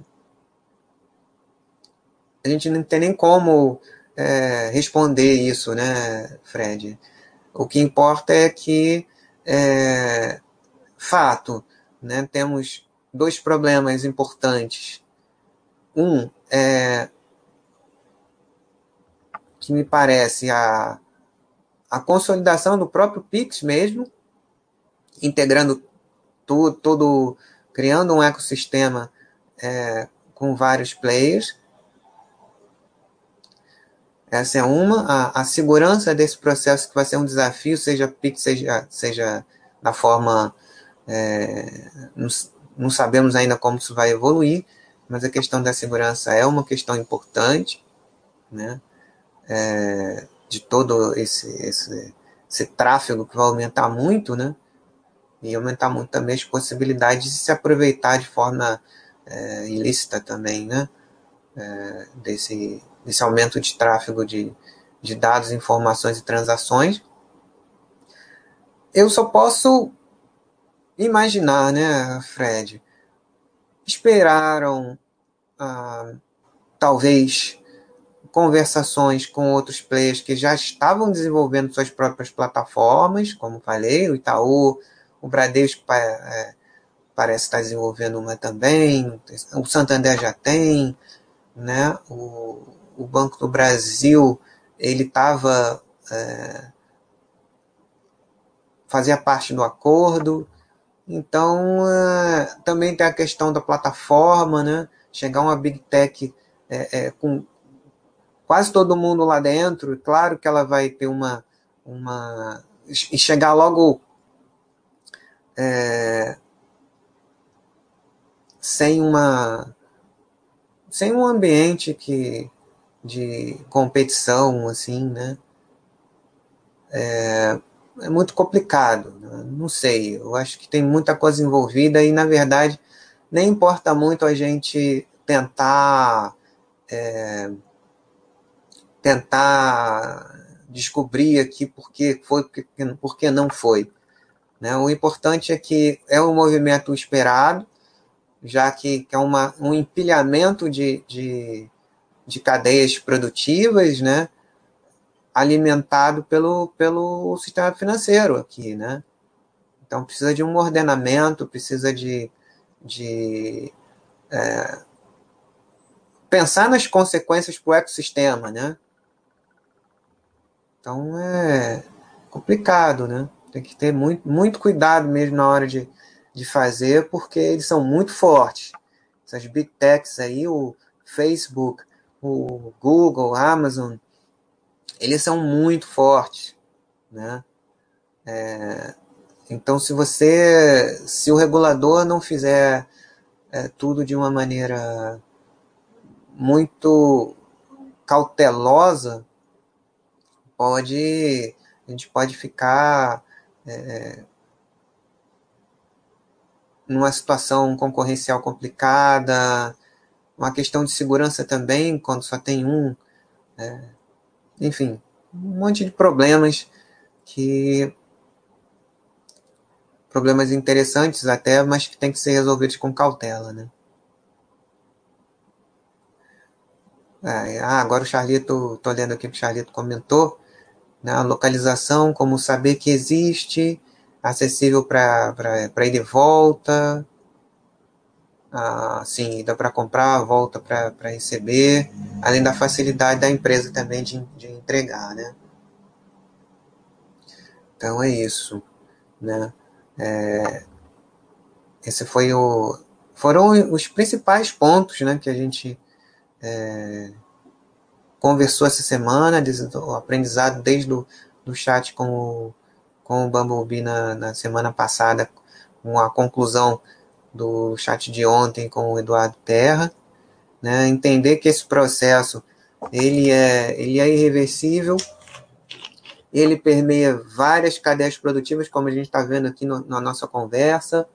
Speaker 1: a gente não tem nem como é, responder isso, né, Fred? O que importa é que é, fato, né? Temos dois problemas importantes. Um é que me parece a, a consolidação do próprio Pix mesmo, integrando tudo, todo, criando um ecossistema é, com vários players. Essa é uma. A, a segurança desse processo, que vai ser um desafio, seja Pix, seja, seja da forma... É, não, não sabemos ainda como isso vai evoluir, mas a questão da segurança é uma questão importante, né? É, de todo esse, esse, esse tráfego que vai aumentar muito, né? E aumentar muito também as possibilidades de se aproveitar de forma é, ilícita também, né? É, desse, desse aumento de tráfego de, de dados, informações e transações. Eu só posso imaginar, né, Fred? Esperaram, ah, talvez, conversações com outros players que já estavam desenvolvendo suas próprias plataformas, como falei, o Itaú, o Bradesco é, parece estar desenvolvendo uma também, o Santander já tem, né? O, o Banco do Brasil, ele estava é, fazia parte do acordo, Então, uh, também tem a questão da plataforma, né? Chegar uma Big Tech é, é, com quase todo mundo lá dentro, claro que ela vai ter uma... uma e chegar logo é, sem uma sem um ambiente que, de competição, assim, né? É muito complicado, né? Não sei, eu acho que tem muita coisa envolvida e, na verdade, nem importa muito a gente tentar é, tentar descobrir aqui por que foi, por que não foi. Né? O importante é que é um movimento esperado, já que, que é uma, um empilhamento de, de, de cadeias produtivas, né? Alimentado pelo, pelo sistema financeiro aqui. Né? Então precisa de um ordenamento, precisa de, de é, pensar nas consequências para o ecossistema. Né? Então é complicado, né? Tem que ter muito, muito cuidado mesmo na hora de, de fazer, porque eles são muito fortes. Essas big techs aí, o Facebook, o Google, a Amazon, eles são muito fortes, né? É, então, se você, se o regulador não fizer é, tudo de uma maneira muito cautelosa, pode, a gente pode ficar é, numa situação concorrencial complicada, uma questão de segurança também, quando só tem um, é, enfim, um monte de problemas que problemas interessantes até, mas que tem que ser resolvidos com cautela, né? É, ah, agora o Charlito, tô lendo aqui que o Charlito comentou, né, a localização, como saber que existe, acessível para ir e volta, ah, sim, dá para comprar, volta para receber, além da facilidade da empresa também de, de entregar, né? Então é isso, né? É, esse foi o, foram os principais pontos, né, que a gente é, conversou essa semana, o aprendizado desde o do chat com o, com o Bumblebee na, na semana passada, com a conclusão do chat de ontem com o Eduardo Terra, né? Entender que esse processo ele é, ele é irreversível, ele permeia várias cadeias produtivas, como a gente está vendo aqui no, na nossa conversa,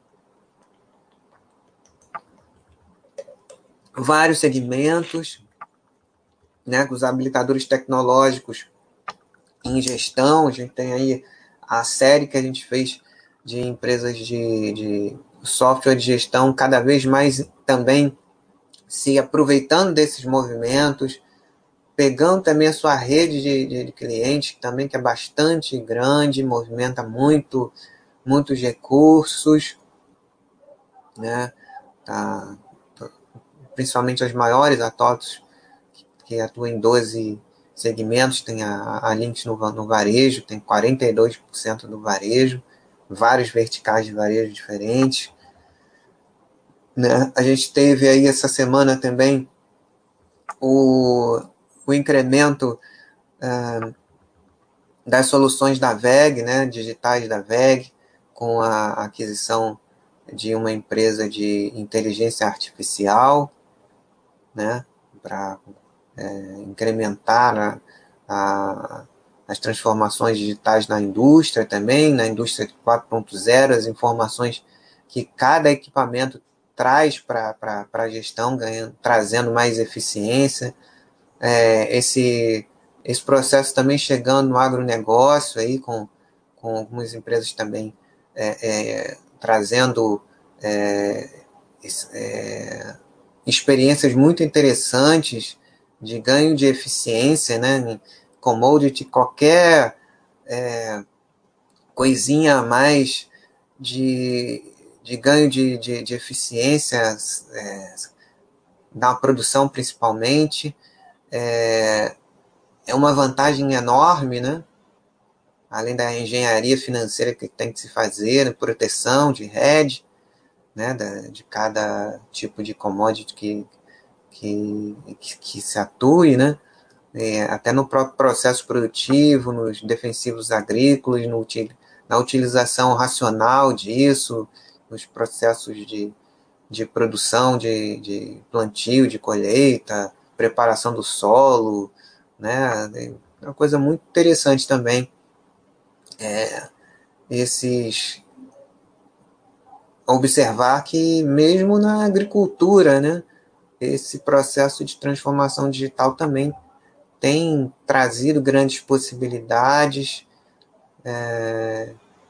Speaker 1: vários segmentos, né? Os habilitadores tecnológicos em gestão, a gente tem aí a série que a gente fez de empresas de, de software de gestão, cada vez mais também se aproveitando desses movimentos, pegando também a sua rede de, de, de clientes, também que é bastante grande, movimenta muito, muitos recursos, né? Tá, principalmente as maiores, a TOTOS, que atua em doze segmentos, tem a, a Lynx no, no varejo, tem quarenta e dois por cento do varejo, vários verticais de varejo diferentes. Né? A gente teve aí essa semana também o, o incremento uh, das soluções da V E G, né, digitais da V E G, com a aquisição de uma empresa de inteligência artificial, né, para é, incrementar a, a, as transformações digitais na indústria também, na indústria quatro ponto zero, as informações que cada equipamento traz para a gestão, ganhando, trazendo mais eficiência. É, esse, esse processo também chegando no agronegócio, aí, com, com algumas empresas também é, é, trazendo é, é, experiências muito interessantes de ganho de eficiência, né? Commodity, qualquer é, coisinha a mais de, de ganho de, de, de eficiência é, da produção principalmente, é, é uma vantagem enorme, né? além da engenharia financeira que tem que se fazer, né, proteção de hedge, né, da, de cada tipo de commodity que, que, que, que se atue, né, é, até no próprio processo produtivo, nos defensivos agrícolas, no, na utilização racional disso, nos processos de, de produção, de, de plantio, de colheita, preparação do solo, né, é uma coisa muito interessante também, é, esses observar que mesmo na agricultura, né, esse processo de transformação digital também tem trazido grandes possibilidades, é,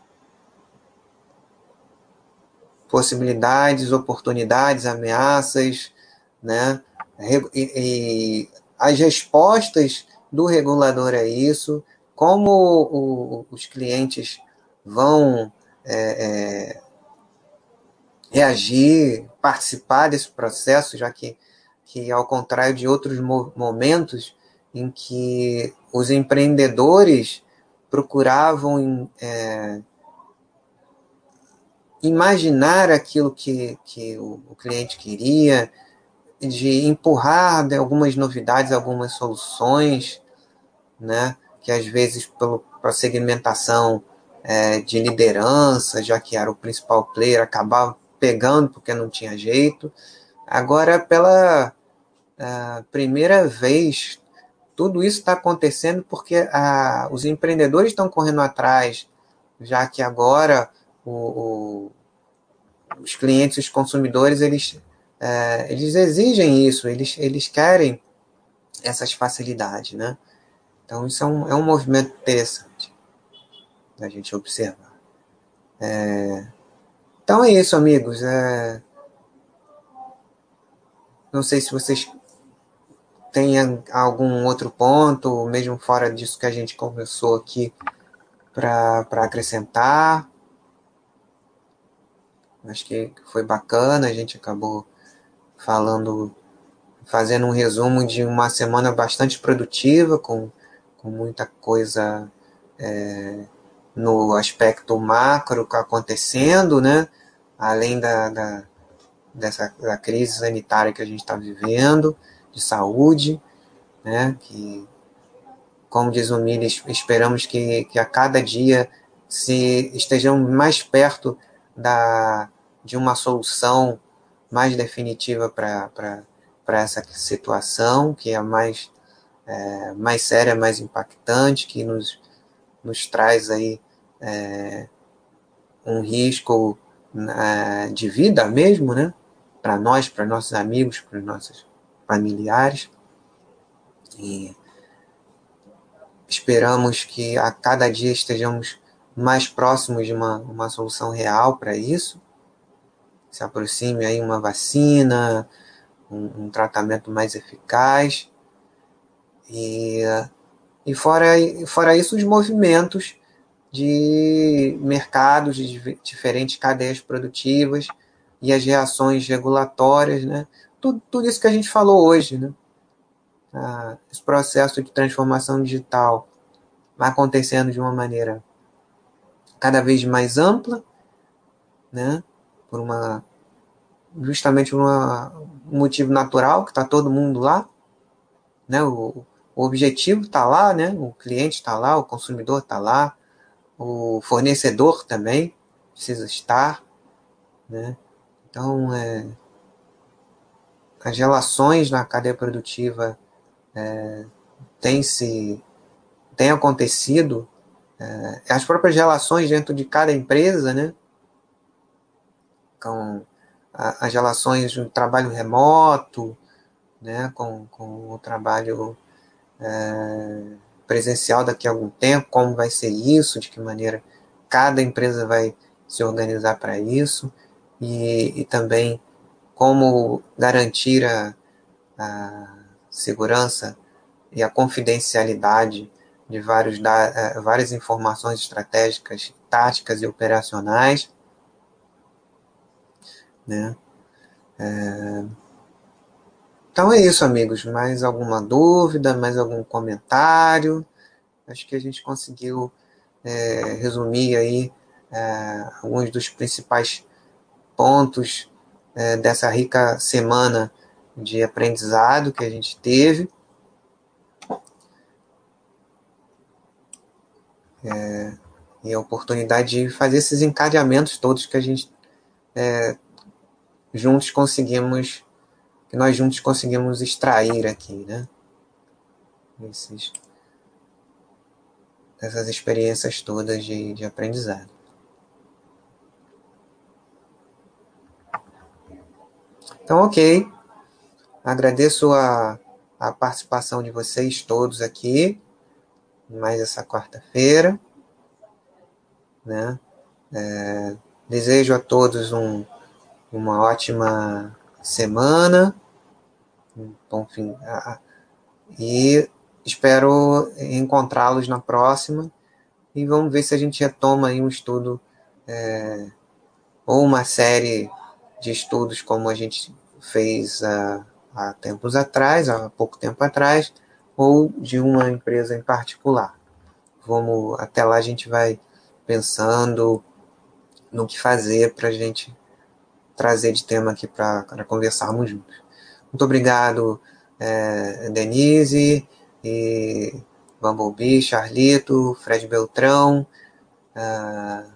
Speaker 1: possibilidades, oportunidades, ameaças, né? E, e as respostas do regulador a isso, como o, os clientes vão é, é, reagir, participar desse processo, já que, que ao contrário de outros momentos em que os empreendedores procuravam é, imaginar aquilo que, que o, o cliente queria, de empurrar, né, algumas novidades, algumas soluções, né, que às vezes pela segmentação é, de liderança, já que era o principal player, acabava pegando porque não tinha jeito. Agora, pela uh, primeira vez, tudo isso está acontecendo porque uh, os empreendedores estão correndo atrás, já que agora o, o, os clientes, os consumidores, eles, uh, eles exigem isso, eles, eles querem essas facilidades, né? Então, isso é um, é um movimento interessante da gente observar. É, então, é isso, amigos. É, não sei se vocês têm algum outro ponto, mesmo fora disso que a gente conversou aqui, para acrescentar. Acho que foi bacana, a gente acabou falando, fazendo um resumo de uma semana bastante produtiva, com, com muita coisa é, no aspecto macro acontecendo, né? Além da, da, dessa, da crise sanitária que a gente está vivendo, de saúde, né? Que, como diz o Mili, esperamos que, que a cada dia se estejamos mais perto da, de uma solução mais definitiva para essa situação, que é mais, é, mais séria, mais impactante, que nos, nos traz aí é, um risco é, de vida mesmo, né? Para nós, para nossos amigos, para os nossos familiares. E esperamos que a cada dia estejamos mais próximos de uma, uma solução real para isso. Se aproxime aí uma vacina, um, um tratamento mais eficaz. E, e fora, fora isso, os movimentos de mercados, de diferentes cadeias produtivas e as reações regulatórias, né? Tudo, tudo isso que a gente falou hoje, né? Ah, esse processo de transformação digital vai acontecendo de uma maneira cada vez mais ampla, né? Por uma justamente por uma, um motivo natural que está todo mundo lá, né? O, o objetivo está lá, né? O cliente está lá, o consumidor está lá, o fornecedor também precisa estar, né? Então, é, as relações na cadeia produtiva é, têm se têm acontecido, é, as próprias relações dentro de cada empresa, né? Com a, as relações do trabalho remoto, né? Com, com o trabalho é, presencial daqui a algum tempo, como vai ser isso, de que maneira cada empresa vai se organizar para isso, e, e também como garantir a, a segurança e a confidencialidade de vários da, várias informações estratégicas, táticas e operacionais, né? É, então é isso, amigos. Mais alguma dúvida, mais algum comentário? Acho que a gente conseguiu é, resumir aí é, alguns dos principais pontos é, dessa rica semana de aprendizado que a gente teve. É, e a oportunidade de fazer esses encadeamentos todos que a gente é, juntos conseguimos, que nós juntos conseguimos extrair aqui, né? Esses, essas experiências todas de, de aprendizado. Então, ok. Agradeço a, a participação de vocês todos aqui, mais essa quarta-feira, né? É, desejo a todos um, uma ótima semana, um bom fim, e espero encontrá-los na próxima, e vamos ver se a gente retoma aí um estudo, é, ou uma série de estudos como a gente fez há, há tempos atrás, há pouco tempo atrás, ou de uma empresa em particular. Vamos, até lá a gente vai pensando no que fazer para a gente trazer de tema aqui para conversarmos juntos. Muito obrigado, é, Denise, e Bumblebee, Charlito, Fred Beltrão, uh,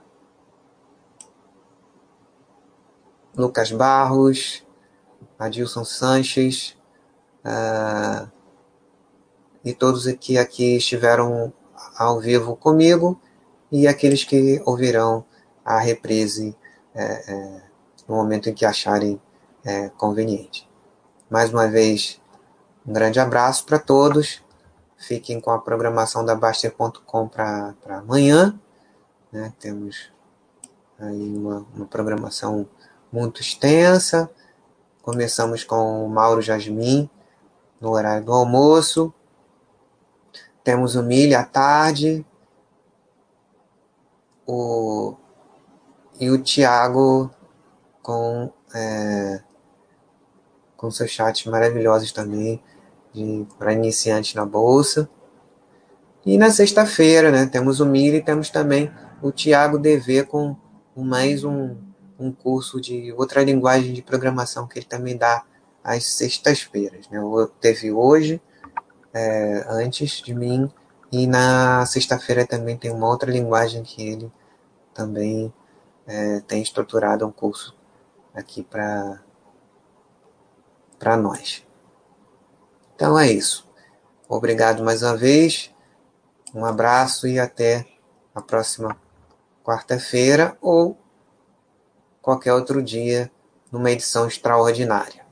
Speaker 1: Lucas Barros, Adilson Sanches, uh, e todos que aqui estiveram ao vivo comigo, e aqueles que ouvirão a reprise é, é, no momento em que acharem é, conveniente. Mais uma vez, um grande abraço para todos. Fiquem com a programação da Baster ponto com para amanhã. Né? Temos aí uma, uma programação muito extensa. Começamos com o Mauro Jasmin no horário do almoço. Temos o Milha à tarde. O, e o Thiago com, é, com seus chats maravilhosos também para iniciantes na Bolsa. E na sexta-feira, né, temos o Milha e temos também o Thiago D V com mais um, um curso de outra linguagem de programação que ele também dá às sextas-feiras. Né? Teve hoje, é, antes de mim, e na sexta-feira também tem uma outra linguagem que ele também é, tem estruturado um curso aqui para para nós. Então é isso. Obrigado mais uma vez. Um abraço e até a próxima quarta-feira ou qualquer outro dia numa edição extraordinária.